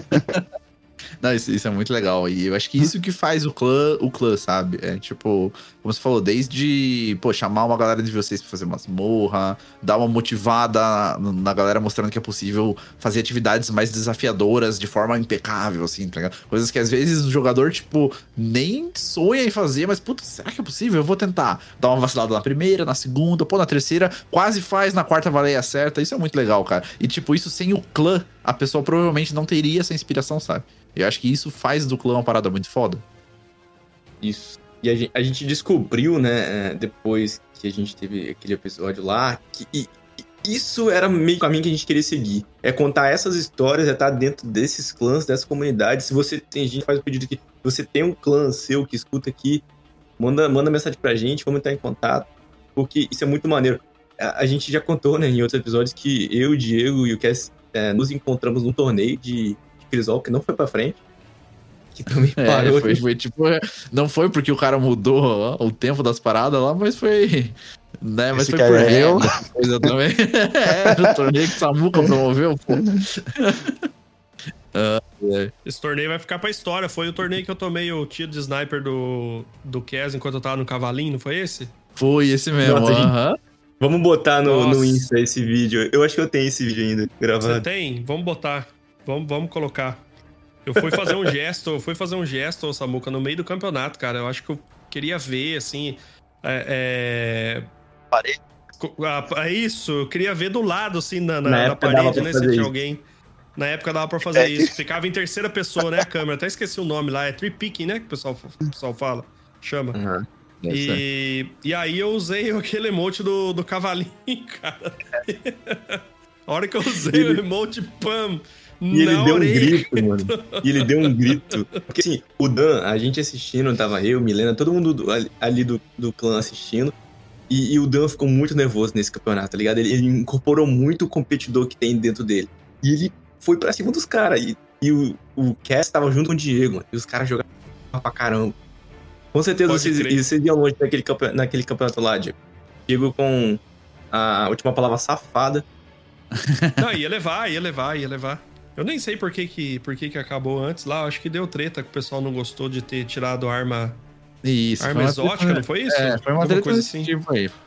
Não, isso, isso é muito legal. E eu acho que isso que faz o clã, o clã, sabe? É tipo, como você falou, desde, pô, chamar uma galera de vocês pra fazer masmorra, dar uma motivada na, na galera mostrando que é possível fazer atividades mais desafiadoras de forma impecável, assim, tá ligado? Coisas que às vezes o jogador, tipo, nem sonha em fazer, mas, puta, será que é possível? Eu vou tentar. Dar uma vacilada na primeira, na segunda, pô, na terceira, quase faz, na quarta valer a certa. Isso é muito legal, cara. E, tipo, isso sem o clã, a pessoa provavelmente não teria essa inspiração, sabe? Eu acho que isso faz do clã uma parada muito foda. Isso. E a gente, a gente descobriu, né, é, depois que a gente teve aquele episódio lá, que e- e isso era meio o caminho que a gente queria seguir. É contar essas histórias, é estar dentro desses clãs, dessa comunidade. Se você tem, a gente faz o pedido que você tem um clã seu que escuta aqui, manda, manda mensagem pra gente, vamos entrar em contato, porque isso é muito maneiro. A, a gente já contou, né, em outros episódios que eu, o Diego e o Cass é, nos encontramos num torneio de, de Crisol, que não foi pra frente. Que também É, parou. foi, foi tipo, não foi porque o cara mudou ó, o tempo das paradas lá, mas foi. Né, mas Esse foi cara por é eu? regra, essa coisa também. É, o torneio que o Samuca promoveu, pô. Ah, é. Esse torneio vai ficar pra história. Foi o torneio que eu tomei o tiro de sniper do, do Kes enquanto eu tava no cavalinho, não foi esse? Foi esse mesmo, Nossa, gente. aham. Vamos botar no, no Nossa. Insta esse vídeo. Eu acho que eu tenho esse vídeo ainda Você gravado. tem? Vamos botar. Vamos, vamos colocar. Eu fui fazer um gesto, eu fui fazer um gesto, ô, Samuca, no meio do campeonato, cara. Eu acho que eu queria ver, assim. É. é... Parede. Co- ah, é isso, eu queria ver do lado, assim, na, na, Na na época dava parede, pra né? Se fazer tinha isso. alguém. Na época dava pra fazer É. isso. Ficava em terceira pessoa, né, a câmera? Até esqueci o nome lá. É tree picking, né? Que o pessoal, o pessoal fala. Chama. Aham. Deve ser. E, e aí eu usei aquele emote do, do cavalinho, cara. A hora que eu usei E ele- o emote, pam! E ele na deu um orelha. grito, mano. E ele deu um grito. Porque assim, o Dan, a gente assistindo, tava eu, Milena, todo mundo do- ali- ali do, do clã assistindo. E, e o Dan ficou muito nervoso nesse campeonato, tá ligado? Ele, ele incorporou muito o competidor que tem dentro dele. E ele foi pra cima dos caras. E, e o, o Cass tava junto com o Diego, mano. E os caras jogavam pra caramba. Com certeza Pode vocês, crer. vocês iam longe naquele, campe- naquele campeonato lá, Diego. Diego com a última palavra safada. Não, ia levar, ia levar, ia levar. Eu nem sei por que que, por que que acabou antes lá. Acho que deu treta que o pessoal não gostou de ter tirado a arma, Isso. arma foi uma exótica, treta- não foi isso? É, foi uma Alguma treta coisa desse assim. tipo aí.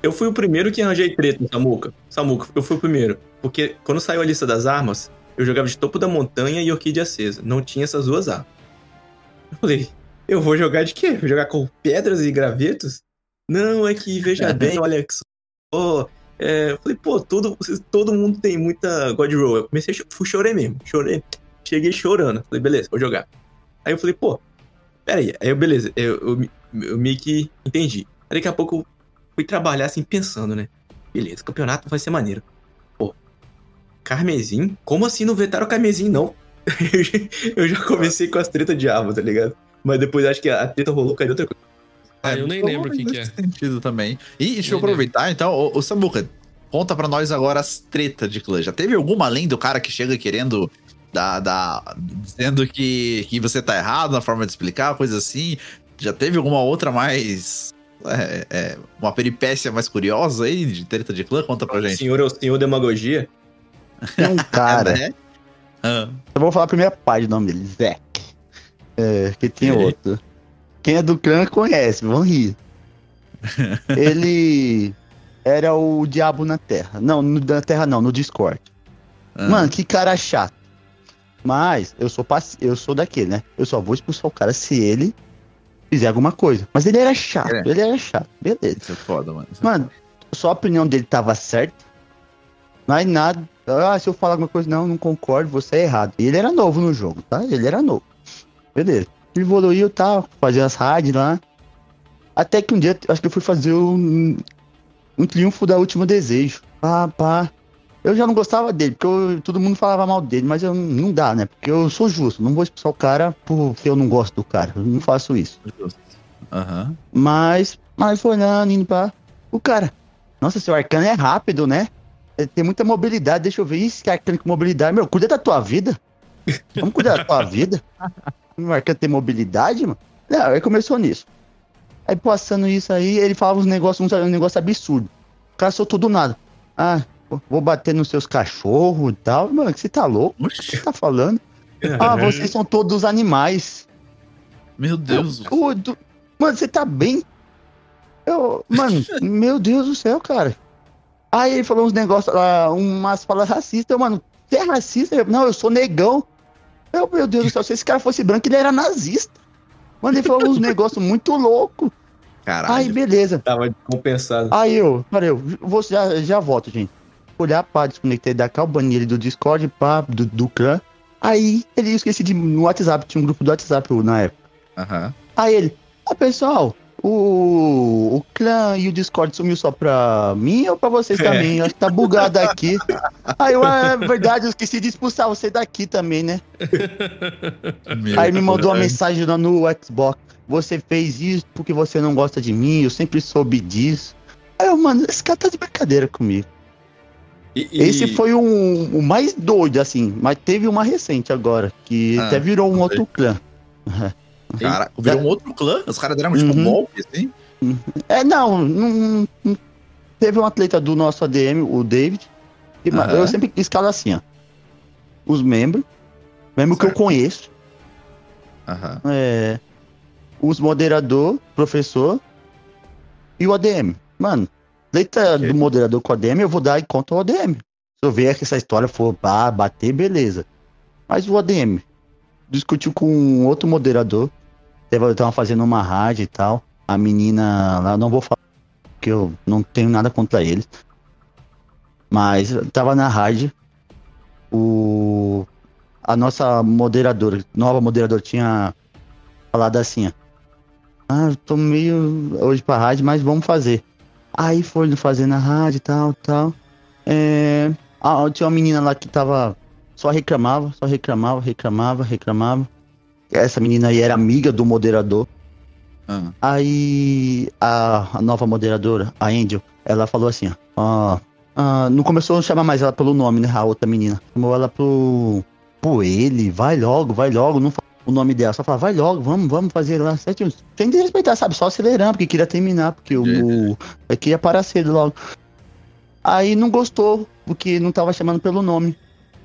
Eu fui o primeiro que arranjei treta no Samuca. Samuca, eu fui o primeiro. Porque quando saiu a lista das armas, eu jogava de Topo da Montanha e Orquídea Acesa. Não tinha essas duas armas. Eu falei, eu vou jogar de quê? Vou jogar com pedras e gravetos? Não, é que, veja bem, olha só... É, eu falei, pô, todo, todo mundo tem muita God Roll. Eu comecei, fui, chorei mesmo, chorei. Cheguei chorando. Falei, beleza, vou jogar. Aí eu falei, pô, peraí. Aí eu, beleza, eu, eu, eu meio que entendi. Aí daqui a pouco eu fui trabalhar assim, pensando, né? Beleza, campeonato vai ser maneiro. Pô, Carmesim? Como assim não vetaram o Carmesim, não? eu, já, eu já comecei com as tretas de arma, tá ligado? Mas depois acho que a, a treta rolou, caiu outra coisa. Ah, eu nem lembro o que, que é. Sentido também. E deixa eu aproveitar, então, ô, ô Samuca, conta pra nós agora as tretas de clã. Já teve alguma além do cara que chega querendo dar, dar, dizendo que, que você tá errado na forma de explicar, coisa assim? Já teve alguma outra mais... É, é, uma peripécia mais curiosa aí de treta de clã? Conta pra gente. O senhor é o senhor demagogia? Tem um cara... É, né? ah. Eu vou falar a primeira parte do nome dele, Zack. É, que tem outro. Quem é do clã conhece, vão rir. Ele era o diabo na Terra. Não, no, na Terra não, no Discord. Ah. Mano, que cara chato. Mas eu sou paci... eu sou daquele, né? Eu só vou expulsar o cara se ele fizer alguma coisa. Mas ele era chato, É. ele era chato. Beleza. Isso é foda, mano. Mano, só a opinião dele tava certa. Mas nada. Ah, se eu falar alguma coisa, não, não concordo, você é errado. E ele era novo no jogo, tá? Ele era novo. Beleza. Ele evoluiu, tá? Fazia as raids lá. Até que um dia, acho que eu fui fazer um, um triunfo da Último Desejo. Pá, pá. Eu já não gostava dele, porque eu, todo mundo falava mal dele, mas eu, não dá, né? Porque eu sou justo, não vou expulsar o cara porque eu não gosto do cara. Eu não faço isso. Aham. Mas, mas foi lá, indo pra... O cara, nossa, seu arcano é rápido, né? Ele tem muita mobilidade, deixa eu ver. Isso que é arcano com mobilidade. Meu, cuida da tua vida. Vamos cuidar da tua vida. O arcano tem mobilidade, mano? Não, aí começou nisso. Aí passando isso aí, ele falava uns negócios, uns negócios absurdos. O cara soltou do nada. Ah, vou bater nos seus cachorros e tal. Mano, você tá louco? O que você tá falando? Ah, vocês são todos animais. Meu Deus. Eu, eu, do... Mano, você tá bem? Eu, mano, meu Deus do céu, cara. Aí ele falou uns negócios lá, umas falas racistas. Eu, mano, você é racista? Eu, não, eu sou negão. Eu, meu Deus do céu, se esse cara fosse branco, ele era nazista. Mano, ele falou uns negócios muito loucos. Caralho. Aí, beleza. Tava compensado. Aí eu, peraí, eu vou, já, já volto, gente. Olhar, pá, desconectei da cal, bani ele do Discord, pá, do, do clã. Aí, ele esqueci de no WhatsApp, tinha um grupo do WhatsApp na época. Aham. Aí ele, ah, pessoal, o, o clã e o Discord sumiu só pra mim ou pra vocês É. também? Acho que tá bugado aqui. Aí eu, ah, é verdade, eu esqueci de expulsar você daqui também, né? Meu Aí me mandou uma Deus. mensagem lá no Xbox. Você fez isso porque você não gosta de mim, eu sempre soube disso. Aí eu, mano, esse cara tá de brincadeira comigo. E, e- Esse foi um, o mais doido, assim, mas teve uma recente agora, que Ah, até virou um não outro clã. Cara, virou um outro clã? Os caras deram tipo um Uhum. golpe, assim? É, não, não, não- teve um atleta do nosso A D M, o David, e, ma- Aham. eu sempre escalo assim, ó. Os membros, membro que eu Certo. conheço, Aham. é, os moderador, professor e o A D M. Mano, letra Ok. do moderador com o A D M, eu vou dar em conta ao A D M. Se eu ver que essa história for ah, bater, beleza. Mas o A D M discutiu com outro moderador, tava, tava fazendo uma rádio e tal. A menina lá, não vou falar, porque eu não tenho nada contra eles. Mas tava na rádio, o, a nossa moderadora, nova moderadora, tinha falado assim, ó. Ah, eu tô meio hoje pra rádio, mas vamos fazer. Aí foi fazer na rádio e tal, tal. É, ah, tinha uma menina lá que tava, só reclamava, só reclamava, reclamava, reclamava. Essa menina aí era amiga do moderador. Ah. Aí a, a nova moderadora, a Angel, ela falou assim, ó. ó, ah, não começou a chamar mais ela pelo nome, né? A outra menina. Chamou ela pro. Pro ele, vai logo, vai logo. Não falou o nome dela, só falou, vai logo, vamos, vamos fazer lá certinho. Sem desrespeitar, sabe? Só acelerando, porque queria terminar, porque o. o eu queria parar cedo logo. Aí não gostou, porque não tava chamando pelo nome.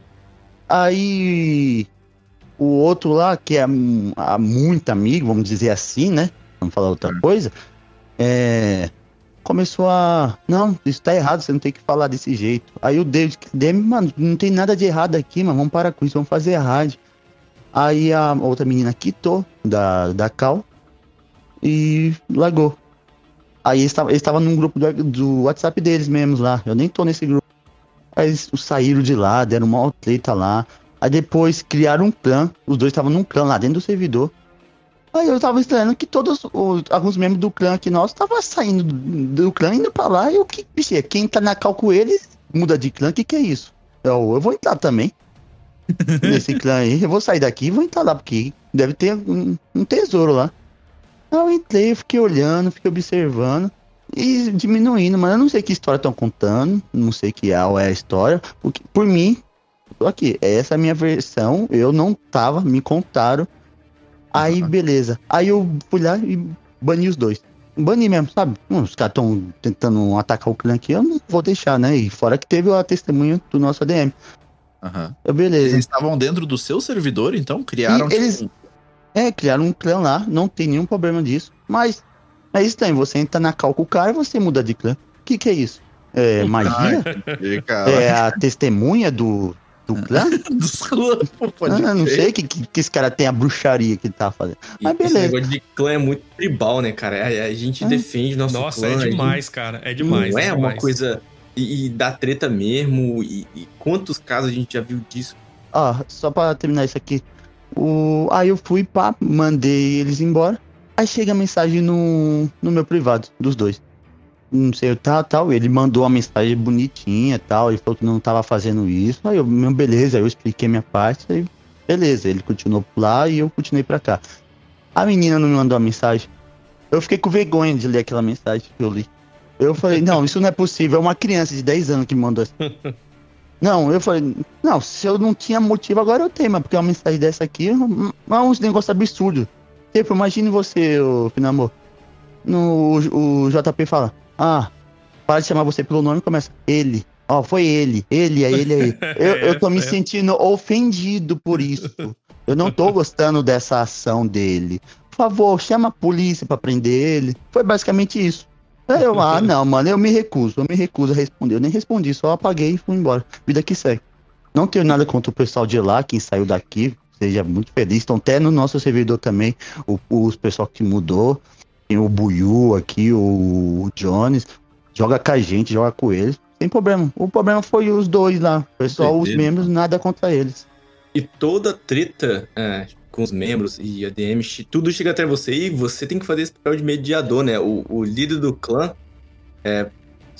Aí. O outro lá, que é hum, ah, muito amigo, vamos dizer assim, né? Vamos falar outra coisa. É, começou a... Não, isso tá errado, você não tem que falar desse jeito. Aí o David, David, mano, não tem nada de errado aqui, mano, vamos parar com isso, vamos fazer rádio. Aí a outra menina quitou da, da Cal e largou. Aí eles estavam num grupo do, do WhatsApp deles mesmos lá, eu nem tô nesse grupo. Aí eles saíram de lá, deram uma treta lá. Aí depois criaram um clã, os dois estavam num clã lá dentro do servidor. Aí eu tava estranhando que todos os, alguns membros do clã aqui nós estavam saindo do, do clã, indo pra lá. E o que, bicho, é? Quem tá na cal com eles muda de clã, o que que é isso? Eu, eu vou entrar também nesse clã aí, eu vou sair daqui e vou entrar lá, porque deve ter um, um tesouro lá. Aí eu entrei, fiquei olhando, fiquei observando e diminuindo, mas eu não sei que história estão contando, não sei que é a história, porque, por mim, tô aqui, essa é a minha versão, eu não tava, me contaram. Aí, uhum. beleza. Aí eu fui lá e bani os dois. Bani mesmo, sabe? Hum, os caras estão tentando atacar o clã aqui, eu não vou deixar, né? E fora que teve a testemunha do nosso A D M. Aham. Uhum. Beleza. Eles estavam dentro do seu servidor, então? Criaram... E eles... Tipo... É, criaram um clã lá, não tem nenhum problema disso. Mas é estranho, você entra na cal com o cara e você muda de clã. O que que é isso? É magia? Ai, é a testemunha do... Do clã? Dos clãs, pode ah, não sei que, que, que esse cara tem a bruxaria que ele tá fazendo. Mas e beleza. Esse negócio de clã é muito tribal, né, cara? A, a gente ah. defende nosso Nossa, clã. Nossa, é demais, gente... cara. É demais. Não é, é uma demais. coisa... E, e dá treta mesmo. E, e quantos casos a gente já viu disso? Ó, só pra terminar isso aqui. O... Aí eu fui, pá, mandei eles embora. Aí chega a mensagem no, no meu privado, dos dois. Não sei, tal, tal, ele mandou uma mensagem bonitinha, tal, ele falou que não tava fazendo isso, aí eu, beleza, aí eu expliquei minha parte, aí beleza, ele continuou lá e eu continuei pra cá. A menina não me mandou a mensagem, eu fiquei com vergonha de ler aquela mensagem que eu li. Eu falei, não, isso não é possível, é uma criança de dez anos que me mandou assim. Não, eu falei, não, se eu não tinha motivo, agora eu tenho, mas porque uma mensagem dessa aqui é um, é um negócio absurdo. Tipo, imagine você, ô Finamor, no, o, o J P fala, ah, para de chamar você pelo nome e começa, ele, ó, oh, foi ele, ele, é ele aí. Eu, eu tô me sentindo ofendido por isso. Eu não tô gostando dessa ação dele. Por favor, chama a polícia pra prender ele. Foi basicamente isso. Eu, ah, não, mano, eu me recuso, eu me recuso a responder. Eu nem respondi, só apaguei e fui embora. Vida que segue. Não tenho nada contra o pessoal de lá, quem saiu daqui, seja muito feliz. Estão até no nosso servidor também, o, os pessoal que mudou. Tem o Buiu aqui, o Jones, joga com a gente, joga com eles, sem problema. O problema foi os dois lá, o pessoal, os membros, nada contra eles. E toda treta é, com os membros e A D M, tudo chega até você e você tem que fazer esse papel de mediador, né? O, o líder do clã, é,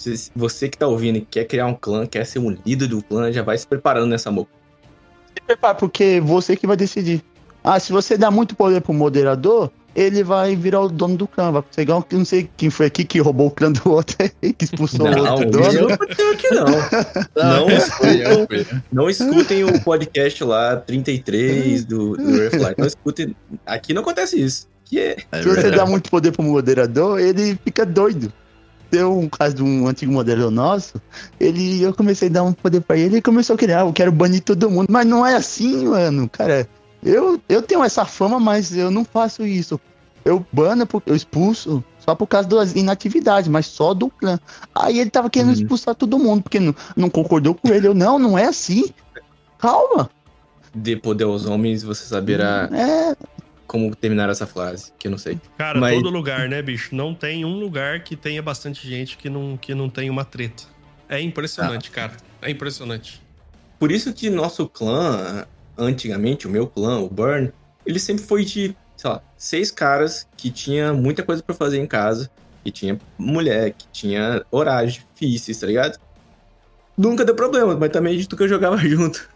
você que tá ouvindo e quer criar um clã, quer ser um líder do clã, já vai se preparando nessa moca. Se prepara, porque você que vai decidir. Ah, se você dá muito poder pro moderador, ele vai virar o dono do clã, vai pegar um, não sei quem foi aqui que roubou o clã do outro aí, que expulsou não, o outro dono. Não, não aqui não. Não, escutem, não escutem o podcast lá, trinta e três do, do Earthlight. Não escutem, aqui não acontece isso. Que é... Se você dá muito poder pro moderador, ele fica doido. Deu um caso de um antigo moderador nosso, ele, eu comecei a dar um poder pra ele e começou a criar, eu quero banir todo mundo, mas não é assim, mano, cara. Eu, eu tenho essa fama, mas eu não faço isso. Eu bano, eu expulso só por causa das inatividades, mas só do clã. Aí ele tava querendo uhum. expulsar todo mundo, porque não, não concordou com ele. Eu, não, não é assim. Calma. Dê poder aos homens, você saberá é... como terminar essa frase, que eu não sei. Cara, mas... todo lugar, né, bicho? Não tem um lugar que tenha bastante gente que não, que não tem uma treta. É impressionante, ah. cara. É impressionante. Por isso que nosso clã... Antigamente, o meu clã, o Burn, ele sempre foi de, sei lá, seis caras que tinha muita coisa pra fazer em casa, que tinha mulher, que tinha horários difíceis, tá ligado? Nunca deu problema, mas também de tu que eu jogava junto.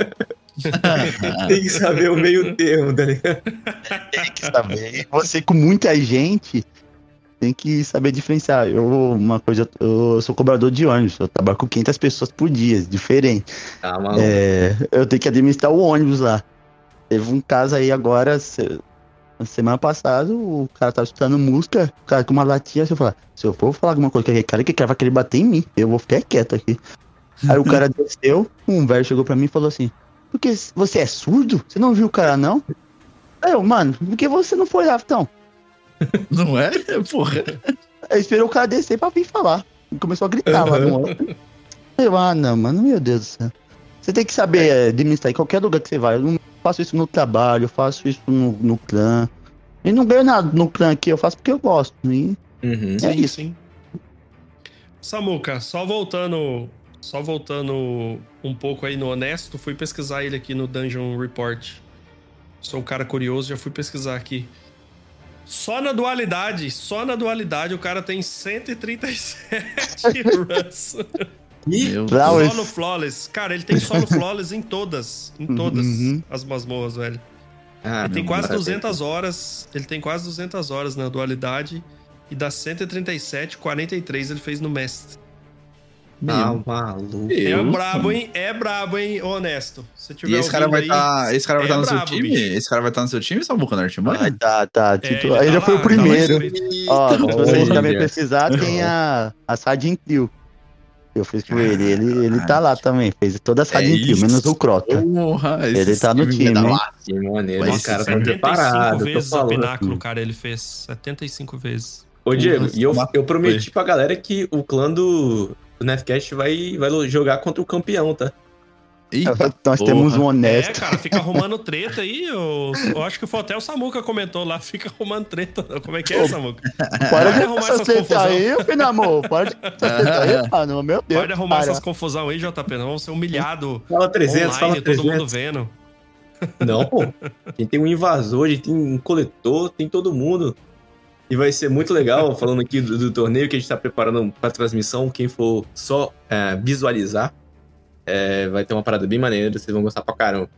Tem que saber o meio termo, tá ligado? Tem que saber. Você com muita gente tem que saber diferenciar. Eu, uma coisa, eu sou cobrador de ônibus, eu trabalho com quinhentas pessoas por dia, diferente. Ah, maluco. É, eu tenho que administrar o ônibus lá. Teve um caso aí agora, se, semana passada, o cara tava escutando música, o cara com uma latinha, se eu falar, se eu for falar alguma coisa com aquele cara, que cara vai querer bater em mim, eu vou ficar quieto aqui. Aí o cara desceu, um velho chegou pra mim e falou assim, porque você é surdo? Você não viu o cara, não? Aí eu, mano, por que você não foi lá, então? Não é? Porra. Aí esperou o cara descer pra vir falar. E começou a gritar uhum. lá no outro. Eu, ah, não, mano, meu Deus do céu. Você tem que saber é, administrar em qualquer lugar que você vai. Eu não faço isso no trabalho, eu faço isso no, no clã. E não ganho nada no clã aqui, eu faço porque eu gosto. E uhum. É sim, isso. Sim. Samuca, só voltando, só voltando um pouco aí no Honesto, fui pesquisar ele aqui no Dungeon Report. Sou um cara curioso, já fui pesquisar aqui. Só na dualidade, só na dualidade o cara tem cento e trinta e sete runs. Solo Flawless. Cara, ele tem solo Flawless em todas, em todas uhum. as masmorras, velho. Ah, ele tem quase duzentas horas, ele tem quase duzentas horas na dualidade. E das cento e trinta e sete, quarenta e três ele fez no Mestre. Ah, maluco. É brabo, hein? É brabo, hein? Honesto. Se tiver e esse cara vai estar tá, esse cara vai é estar tá no brabo, seu time? Bicho. Esse cara vai estar tá no seu time, Samuca, na Artimanha? Ah, tá, tá. É, ele, tá ele lá, foi o primeiro. Ó, se vocês também precisar, tem a, a Sardin Trio. Eu fiz com ele. Ele, ele tá lá também. Fez toda a Sardin é Trio, menos o Crota. Porra, ele tá no time. Que maneiro. Esse cara tá preparado. setenta e cinco vezes o Pináculo, cara, ele fez. setenta e cinco vezes. Ô, Diego, e eu, eu prometi pra galera que o clã do, do Nefcast vai, vai jogar contra o campeão, tá? Eita, nós porra. Temos um honesto. É, cara, fica arrumando treta aí. Eu, eu acho que foi até o Samuca comentou lá, fica arrumando treta. Como é que é, Samuca? Pode arrumar essas confusão aí, filho amor. Pode arrumar aí, mano. Meu Deus. Pode arrumar cara. essas confusão aí, J P. Não vamos ser humilhados. Fala trezentos, online, fala trezentos. Todo mundo vendo. Não, pô. A gente tem um invasor, a gente tem um coletor, tem todo mundo. E vai ser muito legal, falando aqui do, do torneio que a gente tá preparando pra transmissão. Quem for só é, visualizar, é, vai ter uma parada bem maneira, vocês vão gostar pra caramba.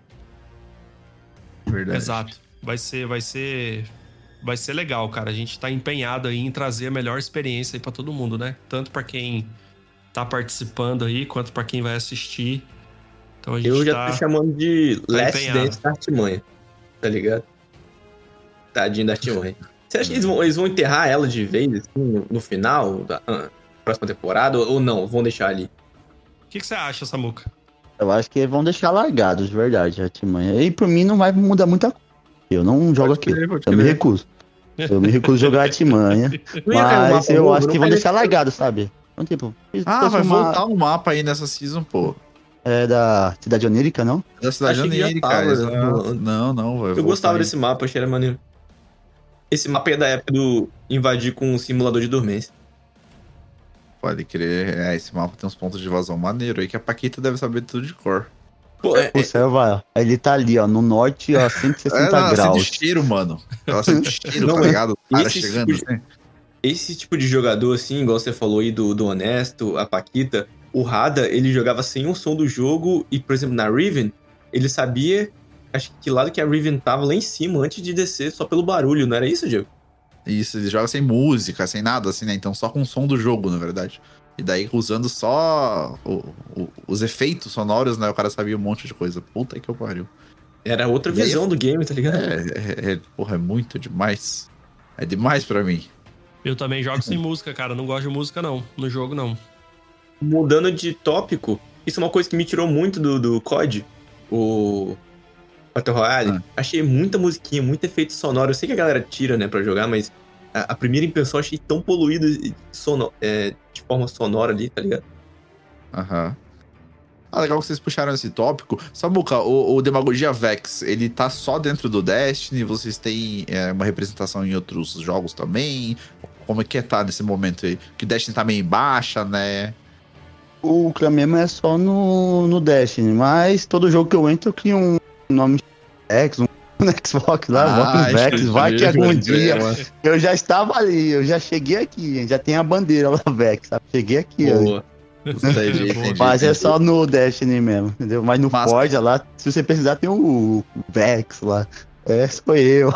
Verdade. Exato. Vai ser, vai ser, vai ser legal, cara. A gente tá empenhado aí em trazer a melhor experiência aí pra todo mundo, né? Tanto pra quem tá participando aí, quanto pra quem vai assistir. Então a gente Eu já tá, tô chamando de tá Last Dance da Artimanha, tá ligado? Tadinho da Artimanha. Você acha que eles vão, eles vão enterrar ela de vez, assim, no, no final da uh, próxima temporada, ou, ou não? Vão deixar ali? O que, que você acha, Samuca? Eu acho que vão deixar largados, de verdade, a Artimanha. E por mim não vai mudar muita coisa. Eu não jogo aqui. Eu me recuso. Eu me recuso a jogar Artimanha. Mas eu novo, acho que vão deixar largado, sabe? Então, tipo, ah, vai uma... voltar um mapa aí nessa season, pô. É da Cidade Onírica, não? É da Cidade Onírica, cara. Não, não, vai. Eu gostava aí desse mapa, achei era maneiro. Esse mapa é da época do invadir com um simulador de dormência. Pode crer. É, esse mapa tem uns pontos de vazão maneiro aí que a Paquita deve saber tudo de cor. Pô, é, o céu vai, ele tá ali, ó, no norte, ó, cento e sessenta ela graus. Ela sente cheiro, mano. Ela sente cheiro, não, tá ligado? O cara chegando tipo de, assim. Esse tipo de jogador, assim, igual você falou aí do, do Honesto, a Paquita, o Rada, ele jogava sem o som do jogo e, por exemplo, na Riven, ele sabia, acho que que lado que a Riven tava lá em cima, antes de descer, só pelo barulho, não era isso, Diego? Isso, ele joga sem música, sem nada, assim, né? Então só com o som do jogo, na verdade. E daí, usando só o, o, os efeitos sonoros, né? O cara sabia um monte de coisa. Puta que eu pariu. Era outra visão do game, tá ligado? É, é, é, porra, é muito demais. É demais pra mim. Eu também jogo sem música, cara. Não gosto de música, não. No jogo, não. Mudando de tópico, isso é uma coisa que me tirou muito do, do C O D. O Battle Royale. Ah. Achei muita musiquinha, muito efeito sonoro. Eu sei que a galera tira, né, pra jogar, mas a, a primeira impressão eu achei tão poluída sono, é, de forma sonora ali, tá ligado? Aham. Ah, legal que vocês puxaram esse tópico. Samuca, o, o Demagogia Vex, ele tá só dentro do Destiny? Vocês têm é, uma representação em outros jogos também? Como é que é tá nesse momento aí? Que o Destiny tá meio em baixa, né? O clã mesmo é só no, no Destiny, mas todo jogo que eu entro eu crio um nome X, um no Xbox lá, ah, boto Vex, vai que algum dia eu já estava ali, eu já cheguei aqui, já tem a bandeira lá, Vex, sabe? Cheguei aqui, boa. Entendi, entendi, mas é só no Destiny mesmo, entendeu? Mas no Mas... Forza lá, se você precisar, tem o Vex lá. É, sou eu.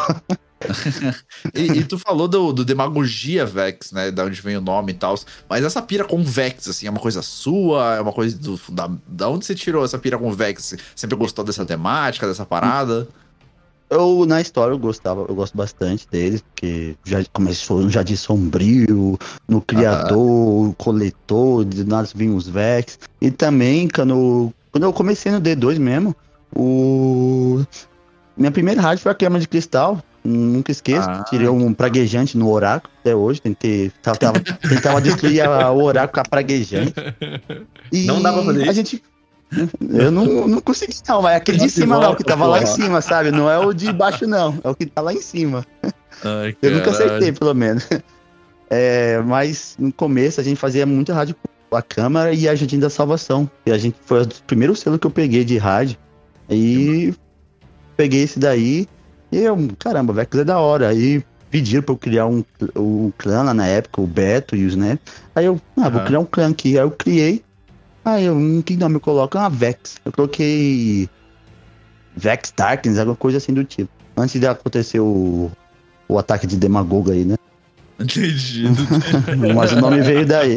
e, e tu falou do, do Demagogia Vex, né? Da onde vem o nome e tal. Mas essa pira com Vex, assim, é uma coisa sua? É uma coisa do. Da, da onde você tirou essa pira com Vex? Sempre gostou dessa temática, dessa parada? Eu, na história, eu gostava, eu gosto bastante deles, porque já começou no Jardim Sombrio, no Criador, ah. Coletor, de nada vinham os Vex. E também, quando, quando eu comecei no D dois mesmo, o... minha primeira rádio foi a Queima de Cristal, Nunca esqueço. Ah, Tirei um praguejante no oráculo até hoje. Tentei, tava, tentava destruir a, o oráculo com a praguejante. E Não dá pra fazer a isso? gente. Eu não, não consegui, não. Mas aquele de cima, não, que tava lá em cima, sabe? Não é o de baixo, não. É o que tá lá em cima. Ai, Eu nunca caralho. acertei, pelo menos. É, mas no começo a gente fazia muito rádio com a câmera e a Jardim da Salvação. E a gente foi o primeiro selo que eu peguei de rádio. E peguei esse daí. E eu, caramba, o Vex é da hora. Aí pediram pra eu criar um, um clã lá na época, o Beto e os né. Aí eu, ah, vou Uhum. criar um clã aqui. Aí eu criei. Aí eu, hum, que nome eu coloco? Ah, Vex. Eu coloquei Vex Darkness, alguma coisa assim do tipo. Antes de acontecer o, o ataque de Demagogo aí, né? Entendi. Mas o nome veio daí.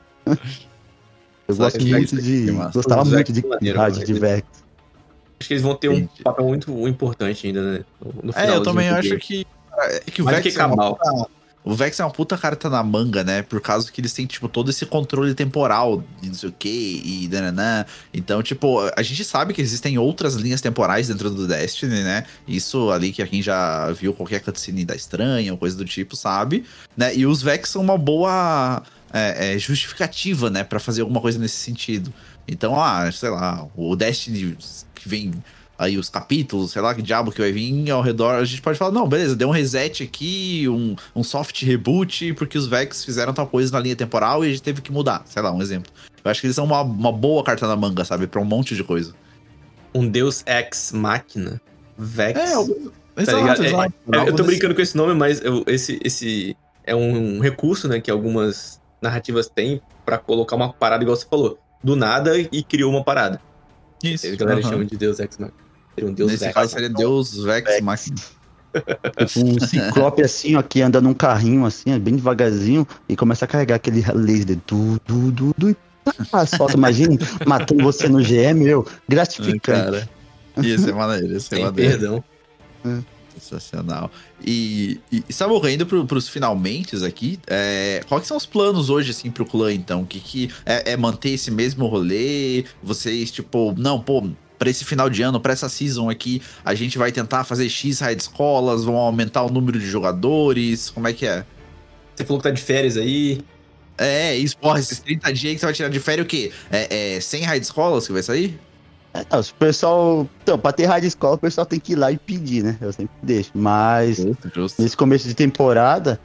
Eu Só gosto que muito Vex de. é massa. Gostava Os muito Vex de é maneiro, rádio mano. de Vex. Acho que eles vão ter um Entendi. papel muito importante ainda, né? No, no É, eu também finalzinho do acho game. que. É que o Mais Vex que é uma Cabal. puta- O Vex é uma puta carta na manga, né? Por causa que eles têm, tipo, todo esse controle temporal e não sei o que, e dananã. Então, tipo, a gente sabe que existem outras linhas temporais dentro do Destiny, né? Isso ali que quem já viu qualquer cutscene da Estranha ou coisa do tipo, sabe? Né? E os Vex são uma boa é, é, justificativa, né? Pra fazer alguma coisa nesse sentido. Então, ah, sei lá, o Destiny que vem... Aí os capítulos, sei lá que diabo que vai vir ao redor, a gente pode falar, não, beleza, deu um reset aqui, um, um soft reboot, porque os Vex fizeram tal coisa na linha temporal e a gente teve que mudar, sei lá, um exemplo. Eu acho que eles são uma, uma boa carta na manga, sabe, pra um monte de coisa. Um Deus Ex Machina. Vex. É, eu, tá exato, ligado? É, exato. é, eu Algo tô desse- brincando com esse nome, mas eu- esse, esse é um recurso, né, que algumas narrativas têm pra colocar uma parada, igual você falou, do nada e criou uma parada. Isso, A galera aham. chama de Deus Ex Machina. Seria um Deus Nesse Vex. caso seria Deus Vex, Vex. Machina. Tipo um ciclope assim, ó, que anda num carrinho assim, ó, bem devagarzinho, e começa a carregar aquele laser. Du, du, du, du, ah, solta, imagina, matando você no G M, meu, gratificante. Cara, ia ser maneiro, ia ser Sem maneiro. perdão. Sensacional. E, e, e sabe, indo pro, pros finalmente aqui, é, quais que são os planos hoje, assim, pro clã, então? Que, que é, é manter esse mesmo rolê? Vocês, tipo, não, pô, pra esse final de ano, pra essa season aqui, a gente vai tentar fazer X raid escolas, vão aumentar o número de jogadores, como é que é? Você falou que tá de férias aí. É, isso, porra, esses trinta dias que você vai tirar de férias, o quê? É, é cem raid escolas que vai sair? É, não, se o pessoal. Então, pra ter rádio escola, o pessoal tem que ir lá e pedir, né? Eu sempre deixo. Mas Justo, justo. nesse começo de temporada,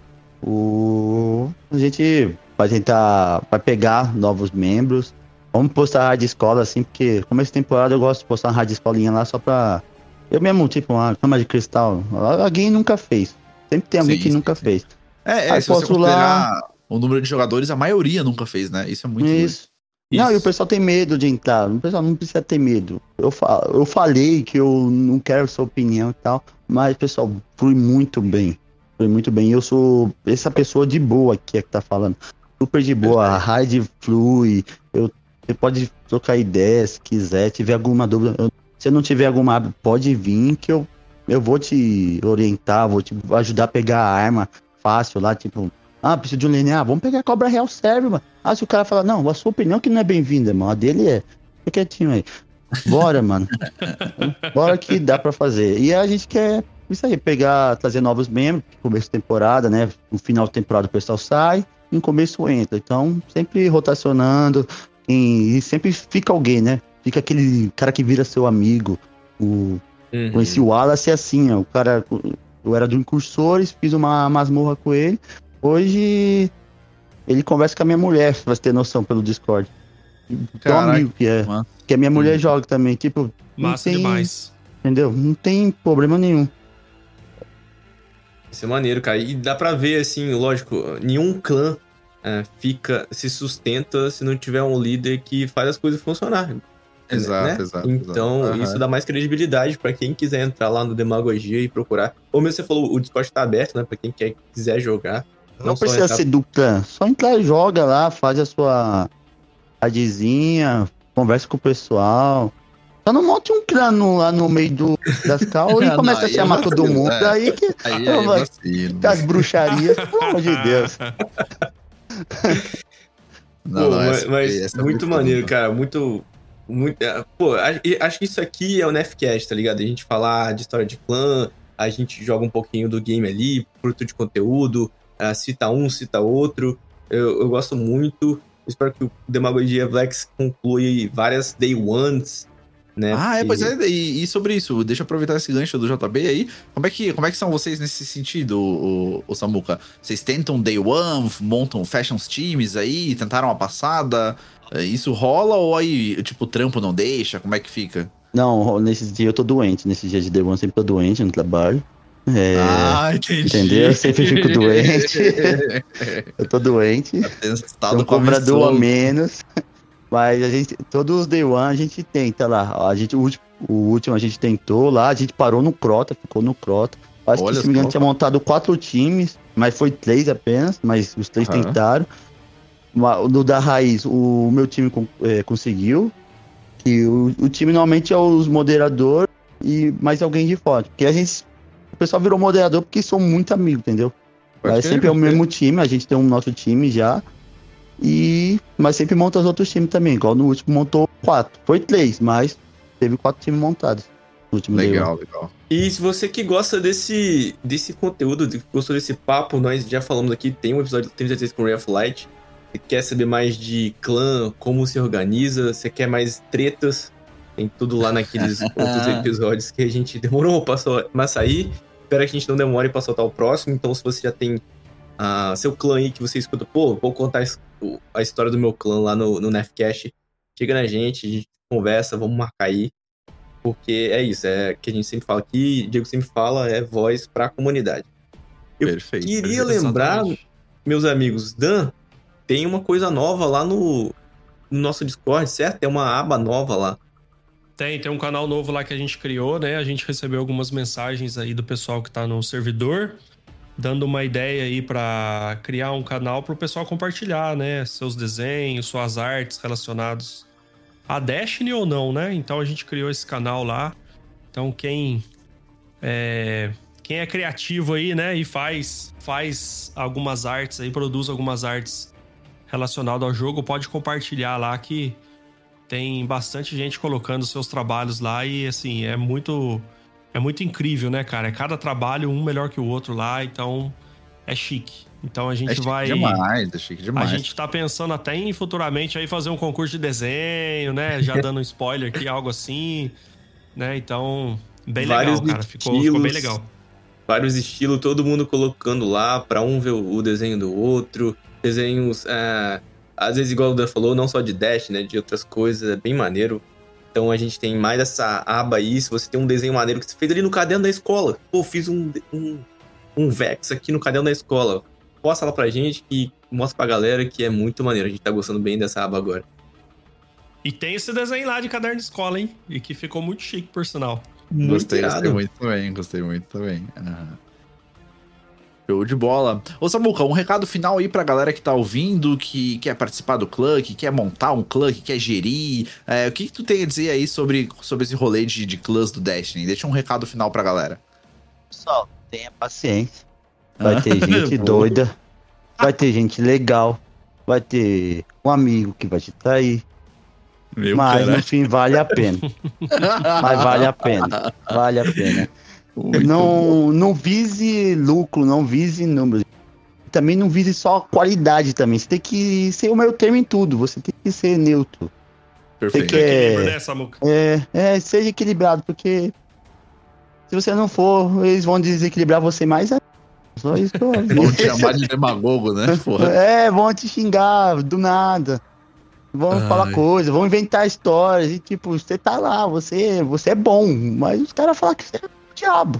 o... a gente vai tentar. Vai pegar novos membros. Vamos postar a rádio escola, assim, porque começo de temporada eu gosto de postar uma rádio escolinha lá só pra. Eu mesmo, tipo, uma cama de cristal. Alguém nunca fez. Sempre tem alguém Sim, que sim, nunca sim. fez. É, é Aí se você posso lá- considerar o número de jogadores, a maioria nunca fez, né? Isso é muito doido. Isso. Não, e o Isso. pessoal tem medo de entrar. O pessoal não precisa ter medo. Eu, fa eu falei que eu não quero sua opinião e tal, mas o pessoal flui muito bem. Flui muito bem. Eu sou essa pessoa de boa aqui é que tá falando. Super de boa. A raid flui. Eu, você pode trocar ideia se quiser. Tiver alguma dúvida. Eu, se eu não tiver alguma, pode vir que eu, eu vou te orientar, vou te ajudar a pegar a arma fácil lá, tipo. Ah, preciso de um linear. Vamos pegar a Cobra Real serve, mano. Ah, se o cara falar, não, a sua opinião que não é bem-vinda, mano. A dele é. Fica quietinho aí. Bora, mano. Bora que dá pra fazer. E a gente quer isso aí, pegar, trazer novos membros, começo de temporada, né? No final de temporada o pessoal sai, e no começo entra. Então, sempre rotacionando. E, e sempre fica alguém, né? Fica aquele cara que vira seu amigo. O, Uhum. Conheci o Wallace assim, ó. O cara. Eu era do Incursores, fiz uma masmorra com ele. Hoje ele conversa com a minha mulher, pra você ter noção, pelo Discord. Tão Caraca, amigo que é. mano. Que a minha mulher Uhum. joga também, tipo, Massa tem- demais. entendeu? Não tem problema nenhum. Isso é maneiro, cara. E dá pra ver, assim, lógico, nenhum clã é, fica, se sustenta se não tiver um líder que faz as coisas funcionar. Exato, né? exato. Então, exato. Aham. isso dá mais credibilidade pra quem quiser entrar lá no Demagogia e procurar. Ou mesmo você falou, o Discord tá aberto, né? Pra quem quer, quiser jogar. Não, só precisa entrar- ser do clã. Só entrar e joga lá, faz a sua radinha, conversa com o pessoal. Só não monte um clã no- lá no meio do, das cal e Não, começa a aí chamar é todo vacilo, mundo. é. Aí que Aí, Ah, aí, vai. vacilo. as bruxarias, pelo amor de Deus. Não, Pô, não, mas essa- mas essa é muito maneiro, boa. cara. Muito. muito é, pô, a- e acho que isso aqui é o Nefcast, tá ligado? A gente falar de história de clã, a gente joga um pouquinho do game ali, produto de conteúdo, uh, cita um, cita outro. Eu, eu gosto muito. Espero que o Demagogia Flex conclui várias Day Ones, né? Ah, porque... é, pois é, e, e sobre isso, deixa eu aproveitar esse gancho do J B aí. Como é que, como é que são vocês nesse sentido, o, o Samuca? Vocês tentam Day One, montam, fecham os times aí, tentaram uma passada? Isso rola ou aí, tipo, o trampo não deixa? Como é que fica? Não, nesses dias eu tô doente. Nesses dias de Day One eu sempre tô doente no trabalho. É, ah, entendi. Entendeu? Eu sempre fico doente. Eu tô doente. Tem um cobrador a menos. Mas a gente, todos os Day One a gente tenta lá. A gente, o, último, o último a gente tentou lá, a gente parou no Crota, ficou no Crota. Acho Olha que se me engano tinha montado quatro times, mas foi três apenas, mas os três uhum. tentaram. No da Raiz, o meu time é, conseguiu. E o, o time normalmente é os moderadores e mais alguém de fora. Porque a gente. O pessoal virou moderador porque são muito amigos, entendeu? Mas sempre é o mesmo time, a gente tem um nosso time já. E, mas sempre monta os outros times também, igual no último montou quatro. Foi três, mas teve quatro times montados no último Legal, legal. E se você que gosta desse, desse conteúdo, gostou desse papo, nós já falamos aqui, tem um episódio trinta e três com Ray of Light. Você quer saber mais de clã, como se organiza, você quer mais tretas, tem tudo lá naqueles outros episódios que a gente demorou pra sair. Espero que a gente não demore pra soltar o próximo. Então, se você já tem uh, seu clã aí que você escuta, pô, vou contar a história do meu clã lá no, no Nefcast, chega na gente, a gente conversa, vamos marcar aí. Porque é isso, é o que a gente sempre fala aqui, o Diego sempre fala, é voz pra comunidade. Eu Perfeito. queria lembrar, exatamente. Meus amigos, Dan, tem uma coisa nova lá no, no nosso Discord, certo? Tem uma aba nova lá. Tem, tem um canal novo lá que a gente criou, né? A gente recebeu algumas mensagens aí do pessoal que tá no servidor, dando uma ideia aí pra criar um canal pro pessoal compartilhar, né? Seus desenhos, suas artes relacionados a Destiny ou não, né? Então a gente criou esse canal lá. Então quem é, quem é criativo aí, né? E faz, faz algumas artes aí, produz algumas artes relacionadas ao jogo, pode compartilhar lá que tem bastante gente colocando seus trabalhos lá e, assim, é muito, é muito incrível, né, cara? É cada trabalho um melhor que o outro lá, então é chique. Então a gente é chique vai... demais, é chique demais. A gente tá pensando até em futuramente aí fazer um concurso de desenho, né? Já dando um spoiler aqui, algo assim, né? Então, bem vários legal, cara. Ficou, estilos, ficou bem legal. Vários estilos, todo mundo colocando lá pra um ver o desenho do outro. Desenhos... É... Às vezes, igual o Dan falou, não só de Dash, né? De outras coisas, é bem maneiro. Então a gente tem mais essa aba aí. Se você tem um desenho maneiro que você fez ali no caderno da escola. Pô, fiz um, um, um Vex aqui no caderno da escola. Posta lá pra gente e mostra pra galera que é muito maneiro. A gente tá gostando bem dessa aba agora. E tem esse desenho lá de caderno de escola, hein? E que ficou muito chique, por sinal. Muito gostei, gostei muito também. Gostei muito também. Uhum. Show de bola. Ô Samuca, um recado final aí pra galera que tá ouvindo, que quer participar do clã, que quer montar um clã, que quer gerir. É, o que, que tu tem a dizer aí sobre, sobre esse rolê de, de clãs do Destiny? Deixa um recado final pra galera. Pessoal, tenha paciência. Vai ter gente doida, vai ter gente legal, vai ter um amigo que vai te trair. Meu mas caralho. No fim vale a pena. Mas vale a pena. Vale a pena. Não, não vise lucro, não vise números. Também não vise só qualidade também. Você tem que ser o meio termo em tudo. Você tem que ser neutro. Perfeito. Você quer, né, Samuca? É, é, seja equilibrado, porque se você não for, eles vão desequilibrar você mais. Só isso que eu vão te chamar de demagogo, né? Porra. É, vão te xingar do nada. Vão Ai. falar coisas, vão inventar histórias. E tipo, você tá lá, você, você é bom, mas os caras falam que você é diabo.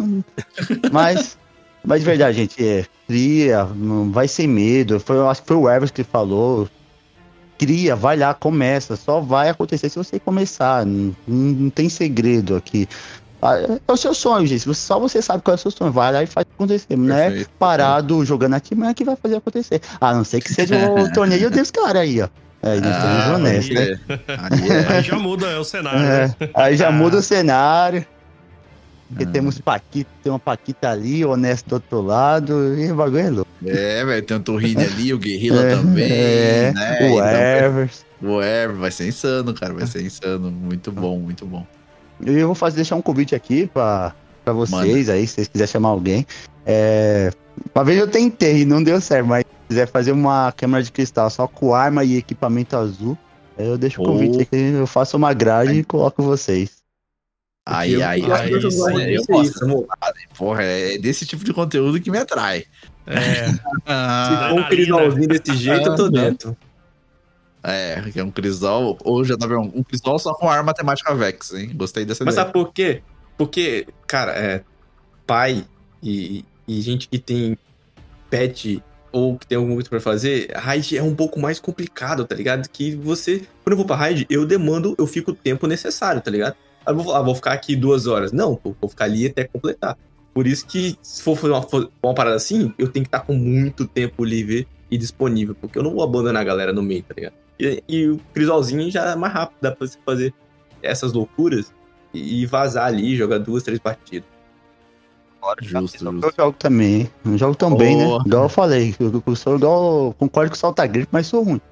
Mas, mas de verdade, gente, é, cria, não vai sem medo. Foi, eu acho que foi o Evers que falou. Cria, vai lá, começa. Só vai acontecer se você começar. Não, não tem segredo aqui. É o seu sonho, gente. Só você sabe qual é o seu sonho. Vai lá e faz acontecer. Não é parado perfeito. Jogando aqui, mas é que vai fazer acontecer. A não ser que seja o torneio dos caras aí, ó. É, nós ah, estamos honestos, né? Aí, é. Aí já muda o cenário. É, né? Aí já ah. muda o cenário. Porque ah. temos Paquita, tem uma Paquita ali, o Honesto do outro lado, e o bagulho é louco. É, velho, tem o Torrini ali, o Guerrilla é, também, é, né? O Evers. Então, o Evers, vai ser insano, cara, vai ser insano. Muito bom, muito bom. Eu vou fazer, deixar um convite aqui pra pra vocês Manda. aí, se vocês quiserem chamar alguém. É... Uma vez eu tentei e não deu certo, mas se quiser fazer uma câmera de cristal só com arma e equipamento azul, eu deixo o convite oh. aqui, eu faço uma grade e coloco vocês. Ai, ai, ai, eu, ai, eu posso. Porra, é desse tipo de conteúdo que me atrai. É. Se for um cristalzinho desse jeito, eu tô dentro. É, que é um cristal, ou já tá vendo, um cristal só com arma temática Vex, hein? Gostei dessa Mas ideia. sabe por quê? Porque, cara, é, pai e, e gente que tem pet ou que tem alguma coisa pra fazer, raid é um pouco mais complicado, tá ligado? Que você, quando eu vou pra raid, eu demando, eu fico o tempo necessário, tá ligado? Eu vou, ah, vou ficar aqui duas horas. Não, pô, vou ficar ali até completar. Por isso que, se for fazer uma, uma parada assim, eu tenho que estar com muito tempo livre e disponível, porque eu não vou abandonar a galera no meio, tá ligado? E, e o Crisolzinho já é mais rápido, dá pra você fazer essas loucuras e vazar ali, jogar duas, três partidas. Justo, justo. Eu jogo também, não jogo tão oh. bem, né? Igual eu falei, eu, eu sou igual, concordo com o Salta Grifo, mas sou ruim.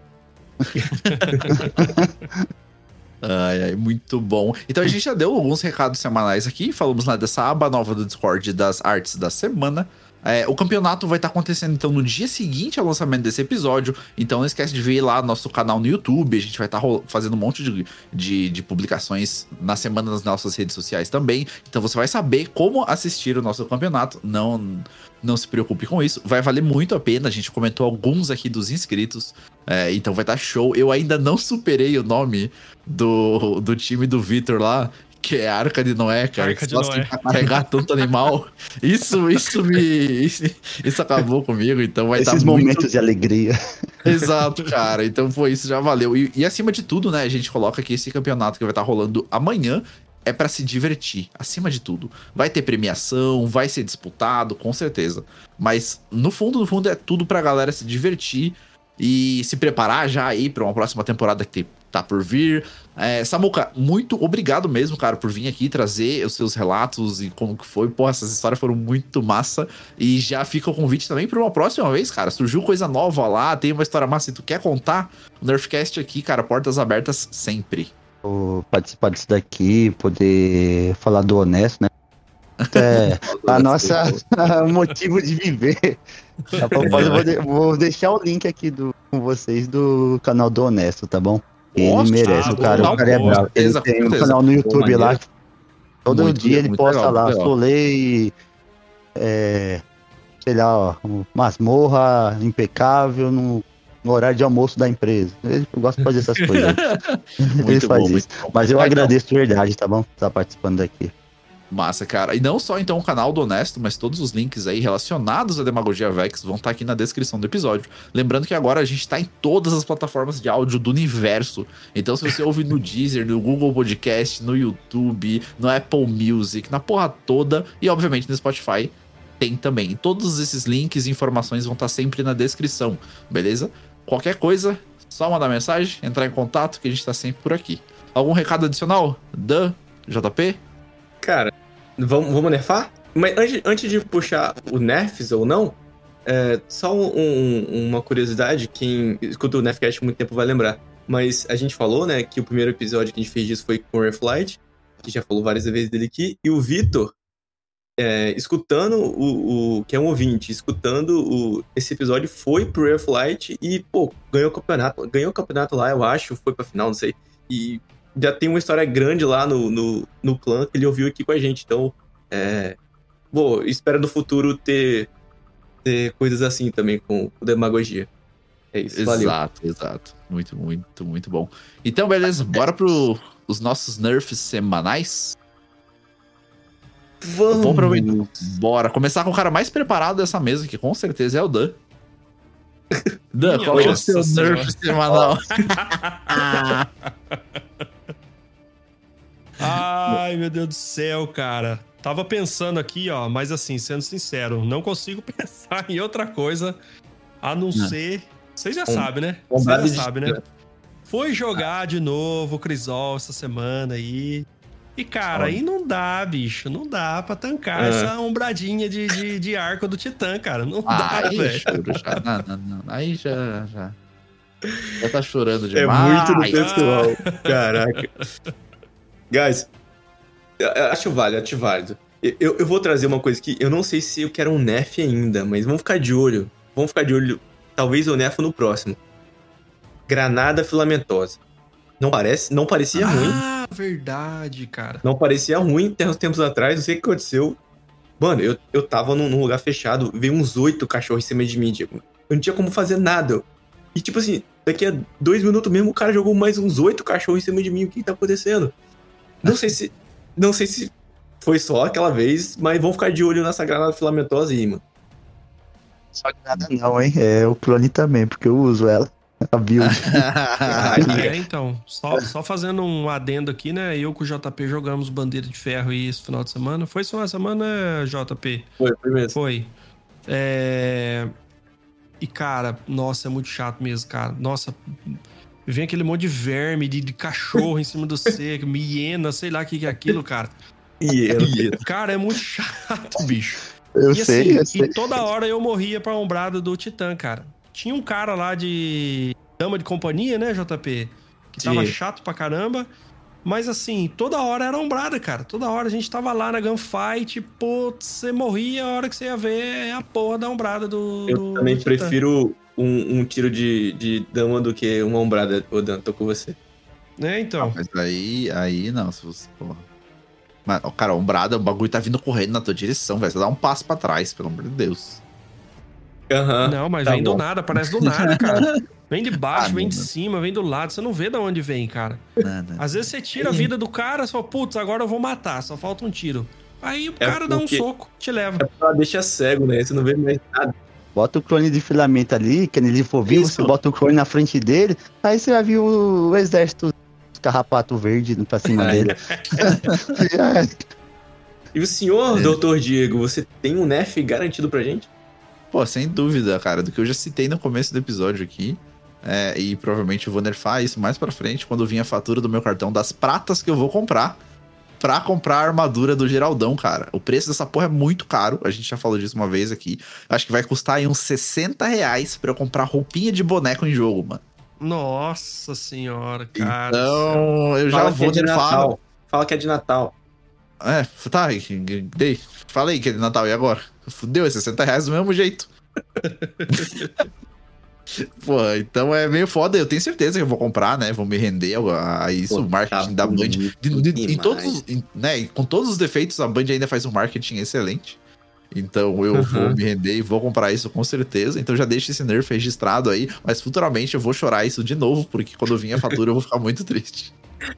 Ai, ai, muito bom. Então a gente já deu alguns recados semanais aqui. Falamos lá dessa aba nova do Discord das artes da semana. É, o campeonato vai estar acontecendo então no dia seguinte ao lançamento desse episódio. Então não esquece de ver lá nosso canal no YouTube. A gente vai estar fazendo um monte de, de, de publicações na semana nas nossas redes sociais também. Então você vai saber como assistir o nosso campeonato. Não, não se preocupe com isso. Vai valer muito a pena. A gente comentou alguns aqui dos inscritos. É, então vai estar show. Eu ainda não superei o nome do, do time do Vitor lá, que é Arca de Noé, cara. Arca de Nossa, Noé. Pra carregar tanto animal. Isso, isso me... Isso, isso acabou comigo, então vai estar Esses muito... momentos de alegria. Exato, cara. Então foi isso, já valeu. E, e acima de tudo, né, a gente coloca aqui esse campeonato que vai estar rolando amanhã. É pra se divertir, acima de tudo. Vai ter premiação, vai ser disputado, com certeza. Mas, no fundo, no fundo, é tudo pra galera se divertir e se preparar já aí pra uma próxima temporada que tá por vir. É, Samuca, muito obrigado mesmo, cara, por vir aqui trazer os seus relatos e como que foi. Pô, essas histórias foram muito massa. E já fica o convite também pra uma próxima vez, cara. Surgiu coisa nova lá, tem uma história massa e tu quer contar? O Nerfcast aqui, cara, portas abertas sempre. Vou participar disso daqui, poder falar do honesto, né? É a nossa motivo de viver. Vou, de, vou deixar o link aqui do, com vocês do canal do Honesto, tá bom? Ele Nossa, merece, ah, o cara, o cara é bravo. Ele certeza, tem um canal no YouTube lá, que todo muito, dia ele posta legal, lá, Solei, é, sei lá, ó, masmorra impecável no, no horário de almoço da empresa. Ele gosta de fazer essas coisas. Ele faz isso. Mas eu agradeço de verdade, tá bom? Por estar participando daqui. Massa, cara. E não só, então, o canal do Honesto, mas todos os links aí relacionados à Demagogia Vex vão estar aqui na descrição do episódio. Lembrando que agora a gente tá em todas as plataformas de áudio do universo. Então, se você ouve no Deezer, no Google Podcast, no YouTube, no Apple Music, na porra toda, e obviamente no Spotify, tem também. Todos esses links e informações vão estar sempre na descrição, beleza? Qualquer coisa, só mandar mensagem, entrar em contato, que a gente tá sempre por aqui. Algum recado adicional? Dan, J P? Cara, vamos, vamos nerfar? Mas antes, antes de puxar o nerfs ou não, é, só um, uma curiosidade, quem escuta o Nerfcast há muito tempo vai lembrar. Mas a gente falou, né, que o primeiro episódio que a gente fez disso foi com o Reflight, a gente já falou várias vezes dele aqui, e o Vitor, é, escutando o, o... que é um ouvinte, escutando o, esse episódio, foi pro Reflight e, pô, ganhou o campeonato, ganhou o campeonato lá, eu acho, foi pra final, não sei, e... já tem uma história grande lá no, no, no clã que ele ouviu aqui com a gente. Então, é... Bom, espero no futuro ter, ter coisas assim também com o Demagogia. É isso, exato, valeu. Exato, exato. Muito, muito, muito bom. Então, beleza, bora pro os nossos nerfs semanais? Vamos! Vamos pro... Bora. Começar com o cara mais preparado dessa mesa, que com certeza é o Dan. Dan, qual é o seu nerf semanal? Ai, meu Deus do céu, cara. Tava pensando aqui, ó, mas assim, sendo sincero, não consigo pensar em outra coisa a não, não. ser... Vocês já um, sabem, né? Vocês já sabem, né? Foi jogar de novo o Crisol essa semana aí. E, cara, aí não dá, bicho. Não dá pra tancar é. essa ombradinha de, de, de arco do Titã, cara. Não ah, dá, velho. Não, não, não. Aí já, já... Já tá chorando demais. É muito do pessoal. Ah. Caraca. Guys, eu acho válido, acho válido. Eu, eu vou trazer uma coisa que eu não sei se eu quero um nerf ainda, mas vamos ficar de olho. Vamos ficar de olho. Talvez eu nerfo no próximo. Granada filamentosa. Não parece, não parecia ah, ruim. Ah, verdade, cara. Não parecia ruim até uns tempos atrás, não sei o que aconteceu. Mano, eu, eu tava num, num lugar fechado, veio uns oito cachorros em cima de mim, tipo. Eu não tinha como fazer nada. E tipo assim, daqui a dois minutos mesmo, o cara jogou mais uns oito cachorros em cima de mim. O que, que tá acontecendo? Não sei se... Não sei se foi só aquela vez, mas vamos ficar de olho nessa granada filamentosa aí, mano. Só que nada não, hein? É o clone também, porque eu uso ela. A build. É, então, só, só fazendo um adendo aqui, né? Eu com o J P jogamos Bandeira de Ferro aí esse final de semana. Foi só uma semana, J P? Foi, foi mesmo. Foi. É... E, cara, nossa, é muito chato mesmo, cara. Nossa, vem aquele monte de verme, de, de cachorro em cima do C, hiena, sei lá o que, que é aquilo, cara. Hiena. Cara, é muito chato, bicho. Eu e, sei, assim, eu sei. E toda hora eu morria pra ombrada do Titã, cara. Tinha um cara lá de dama de companhia, né, J P? Que tava Sim. chato pra caramba. Mas assim, toda hora era ombrada, cara. Toda hora a gente tava lá na gunfight, pô, você morria, a hora que você ia ver é a porra da ombrada do. Eu do, também do prefiro um, um tiro de, de dama do que uma ombrada. Ô, Dan, tô com você. É, então. Ah, mas aí, aí não, se você, porra. Mas, ó, cara, ombrada, o bagulho tá vindo correndo na tua direção, velho. Você dá um passo pra trás, pelo amor de Deus. Aham. Não, mas tá vem bom. do nada, parece do nada, cara. Vem de baixo, Ah, vem não, de não. cima, vem do lado. Você não vê de onde vem, cara. Não, não. Às vezes você tira a vida do cara, você fala, putz, agora eu vou matar, só falta um tiro. Aí o É cara dá um porque- soco, te leva. Ela deixa cego, né? Você não vê mais nada. Bota o clone de filamento ali, quando ele for vir, Isso. você bota o clone na frente dele, aí você vai ver o, o exército carrapato verde pra cima Ai. dele. Já é. E o senhor, É. doutor Diego, você tem um nerf garantido pra gente? Pô, sem dúvida, cara, do que eu já citei no começo do episódio aqui. É, e provavelmente eu vou nerfar isso mais pra frente, quando vir a fatura do meu cartão das pratas que eu vou comprar pra comprar a armadura do Geraldão, cara. O preço dessa porra é muito caro, a gente já falou disso uma vez aqui. Acho que vai custar aí uns sessenta reais pra eu comprar roupinha de boneco em jogo, mano. Nossa senhora, cara. do céu. Então, eu já Fala que vou é de nerfar. Natal. Fala que é de Natal. É, tá, dei. Falei que é de Natal, e agora? Fudeu, é sessenta reais do mesmo jeito. Pô, então é meio foda. Eu tenho certeza que eu vou comprar, né? Vou me render a, a isso, Pô, o marketing tá da Band. bonito De- de- em demais. todos, em- né, e com todos os defeitos, a Band ainda faz um marketing excelente. Então eu Uhum. vou me render e vou comprar isso com certeza. Então já deixa esse nerf registrado aí. Mas futuramente eu vou chorar isso de novo, porque quando vir a fatura eu vou ficar muito triste.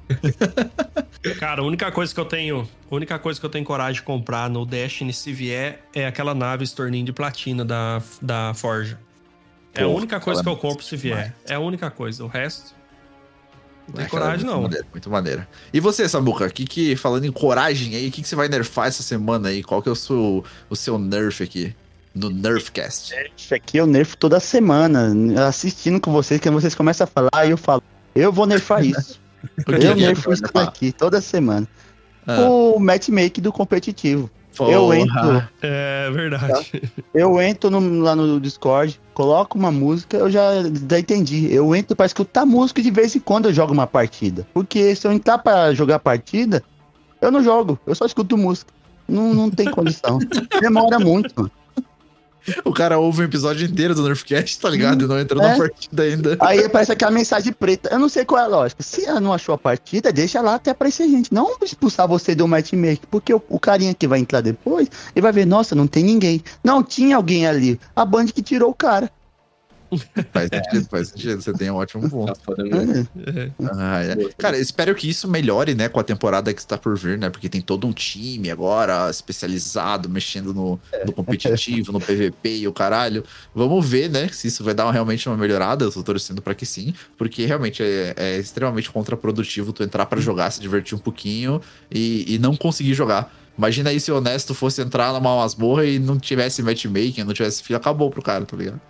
Cara, a única coisa que eu tenho, a única coisa que eu tenho coragem de comprar no Destiny, se vier, é aquela nave Stornin de platina da, da Forja. É a Porra, única coisa que eu aquela compro se vier. demais. É a única coisa. O resto, não tem Aquela é coragem, muito não. Maneira, muito maneira. E você, Samuca, que, que, falando em coragem aí, o que, que você vai nerfar essa semana aí? Qual que é o seu, o seu nerf aqui? No Nerfcast. Isso aqui eu nerfo toda semana, assistindo com vocês, que vocês começam a falar e eu falo, eu vou nerfar isso. Por que eu que é nerfo pra isso nerfar? daqui toda semana. Ah, O matchmake do competitivo. porra. Eu entro, É verdade. eu entro no- lá no Discord, coloco uma música, eu já, já entendi. Eu entro pra escutar música e de vez em quando eu jogo uma partida. Porque se eu entrar pra jogar partida, eu não jogo, eu só escuto música. Não, não tem condição. Demora muito, mano. O cara ouve um episódio inteiro do Nerfcast, tá ligado? E não entra na É. partida ainda. Aí aparece aquela mensagem preta. Eu não sei qual é a lógica. Se ela não achou a partida, deixa lá até aparecer gente. Não expulsar você do matchmaking. Porque o, o carinha que vai entrar depois, ele vai ver, nossa, não tem ninguém. Não, tinha alguém ali. A Band que tirou o cara. Faz sentido, faz sentido. Você tem um ótimo Tá ponto. foda mesmo. É. Ah, é. Cara, eu espero que isso melhore, né, com a temporada que está por vir, né? Porque tem todo um time agora especializado, mexendo no, no competitivo, no P V P e o caralho. Vamos ver, né, se isso vai dar uma- realmente uma melhorada. Eu tô torcendo pra que sim, porque realmente é, é extremamente contraprodutivo tu entrar pra jogar, se divertir um pouquinho e, e não conseguir jogar. Imagina aí se o Honesto fosse entrar numa masmorra e não tivesse matchmaking, não tivesse filho, acabou pro cara, tá ligado?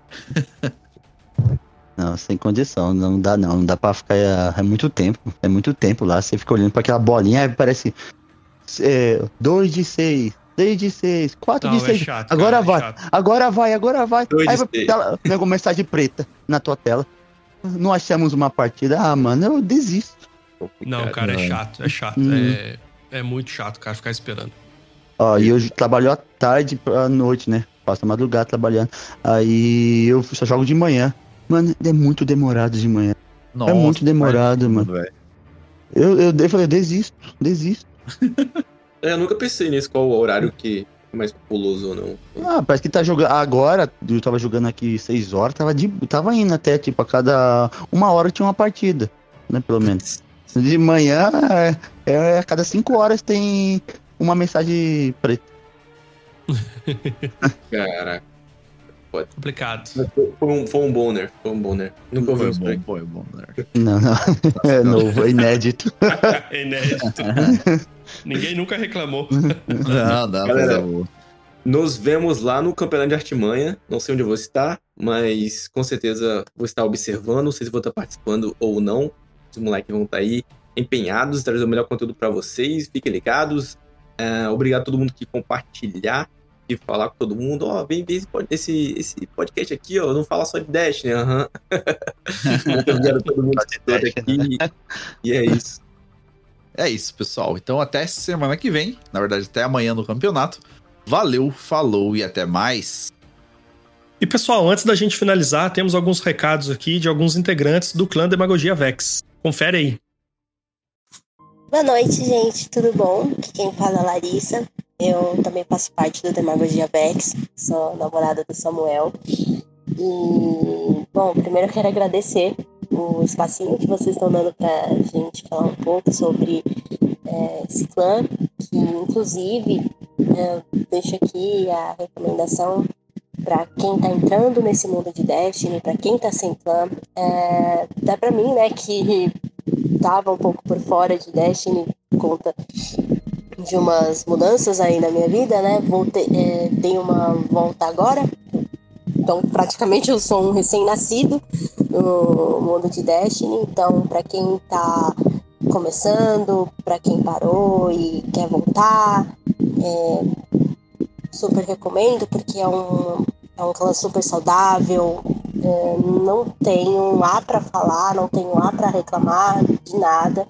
Não, sem condição. Não dá não. Não dá pra ficar... É, é muito tempo. É muito tempo lá. Você fica olhando pra aquela bolinha, aí parece... É, dois de seis. três de seis. quatro Não, de é seis. chato, Agora cara, é vai. chato. Agora vai, agora vai. Dois Aí de vai seis. tela, pega uma mensagem preta na tua tela. Não achamos uma partida. Ah, mano, eu desisto. Não, cara, é Não. chato, é chato. Hum. É, é muito chato, cara, ficar esperando. Ó, e eu trabalho à tarde pra noite, né? Passo a madrugada trabalhando. Aí eu só jogo de manhã. Mano, é muito demorado de manhã. Nossa, é muito demorado, imagina, mano. velho. Eu, eu, eu falei, desisto, desisto. Eu nunca pensei nisso, qual o horário que é mais populoso ou não. Ah, parece que tá jogando. Agora, eu tava jogando aqui seis horas, tava, de, tava indo até, tipo, a cada uma hora tinha uma partida, né? Pelo menos. De manhã, é, é, a cada cinco horas tem uma mensagem preta. Caraca. Pode. Complicado. Foi um, foi um bom nerf, foi um bom nerf. Nunca Foi ouvimos por bom, aí. foi bom, né? Não, não. É novo, é inédito. É inédito. Ninguém nunca reclamou. Não, não, Galera, coisa boa. Nos vemos lá no Campeonato de Artimanha. Não sei onde eu vou estar, mas com certeza vou estar observando. Não sei se vou estar participando ou não. Os moleques vão estar aí empenhados, trazer o melhor conteúdo para vocês. Fiquem ligados. Uh, obrigado a todo mundo que compartilhar e falar com todo mundo. Ó, oh, vem ver esse, esse, esse podcast aqui, ó. Não fala só de Destiny, aham. Uhum. Muito obrigado a todo mundo que todo aqui. Né? E é isso. É isso, pessoal. Então até semana que vem. Na verdade, até amanhã no campeonato. Valeu, falou e até mais. E pessoal, antes da gente finalizar, temos alguns recados aqui de alguns integrantes do clã Demagogia Vex. Confere aí. Boa noite, gente. Tudo bom? Aqui quem fala é a Larissa. Eu também faço parte do Demagogia Vex. Sou namorada do Samuel. E, bom, primeiro eu quero agradecer o espacinho que vocês estão dando pra gente falar um pouco sobre é, esse clã, que inclusive eu deixo aqui a recomendação para quem tá entrando nesse mundo de Destiny, para quem tá sem clã, é, dá pra mim, né, que tava um pouco por fora de Destiny por conta de umas mudanças aí na minha vida, né, Voltei, é, dei uma volta agora, então praticamente eu sou um recém-nascido no mundo de Destiny, então para quem tá começando, para quem parou e quer voltar, é, super recomendo, porque é um, é um clã super saudável, é, não tenho A para falar, não tenho A para reclamar de nada,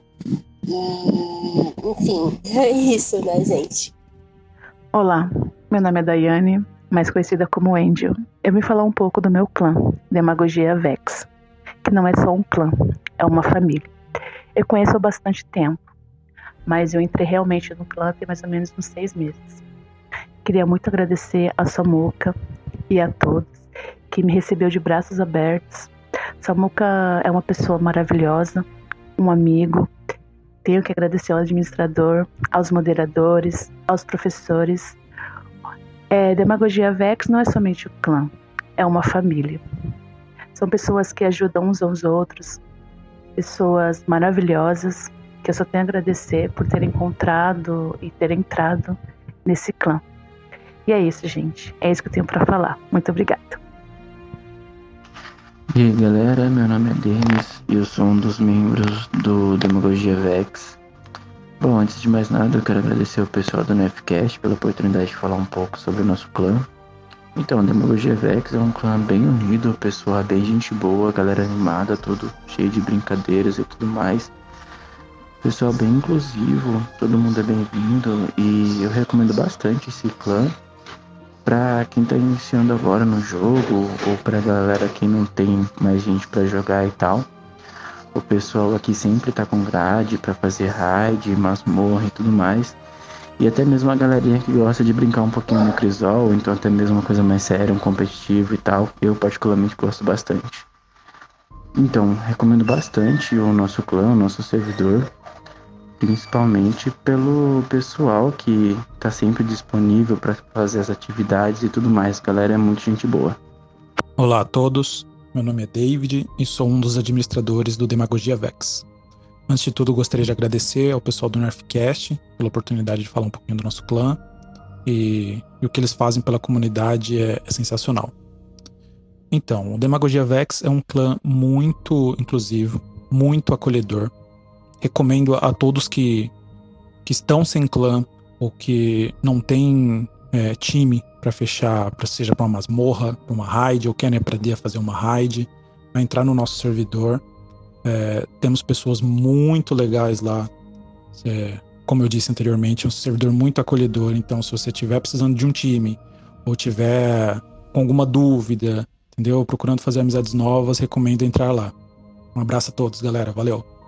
e enfim, é isso, né, gente? Olá, meu nome é Daiane, mais conhecida como Angel. Eu vim falar um pouco do meu clã, Demagogia Vex, que não é só um clã, é uma família. Eu conheço há bastante tempo, mas eu entrei realmente no clã tem mais ou menos uns seis meses. Queria muito agradecer a Samuca e a todos que me recebeu de braços abertos. Samuca é uma pessoa maravilhosa, um amigo. Tenho que agradecer ao administrador, aos moderadores, aos professores. É, Demagogia Vex não é somente o clã, é uma família. São pessoas que ajudam uns aos outros, pessoas maravilhosas, que eu só tenho a agradecer por terem encontrado e terem entrado nesse clã. E é isso, gente. É isso que eu tenho pra falar. Muito obrigada. E aí, galera, meu nome é Denis e eu sou um dos membros do Demagogia Vex. Bom, antes de mais nada, eu quero agradecer ao pessoal do NFCast pela oportunidade de falar um pouco sobre o nosso clã. Então, o Demagogia Vex é um clã bem unido, pessoa bem gente boa, galera animada, tudo cheio de brincadeiras e tudo mais. Pessoal bem inclusivo, todo mundo é bem-vindo e eu recomendo bastante esse clã pra quem tá iniciando agora no jogo ou pra galera que não tem mais gente pra jogar e tal. O pessoal aqui sempre tá com grade pra fazer raid, masmorra e tudo mais. E até mesmo a galerinha que gosta de brincar um pouquinho no Crisol, ou então até mesmo uma coisa mais séria, um competitivo e tal. Eu particularmente gosto bastante. Então, recomendo bastante o nosso clã, o nosso servidor. Principalmente pelo pessoal que tá sempre disponível para fazer as atividades e tudo mais. Galera, é muito gente boa. Olá a todos, meu nome é David e sou um dos administradores do Demagogia Vex. Antes de tudo, gostaria de agradecer ao pessoal do NerfCast pela oportunidade de falar um pouquinho do nosso clã e, e o que eles fazem pela comunidade é, é sensacional. Então, o Demagogia Vex é um clã muito inclusivo, muito acolhedor. Recomendo a todos que, que estão sem clã ou que não tem é, time para fechar, pra, seja para uma masmorra, para uma raid, ou querem aprender a fazer uma raid, a entrar no nosso servidor. É, temos pessoas muito legais lá, é, como eu disse anteriormente, é um servidor muito acolhedor. Então, se você estiver precisando de um time, ou tiver com alguma dúvida, entendeu? Procurando fazer amizades novas, recomendo entrar lá. Um abraço a todos, galera. Valeu!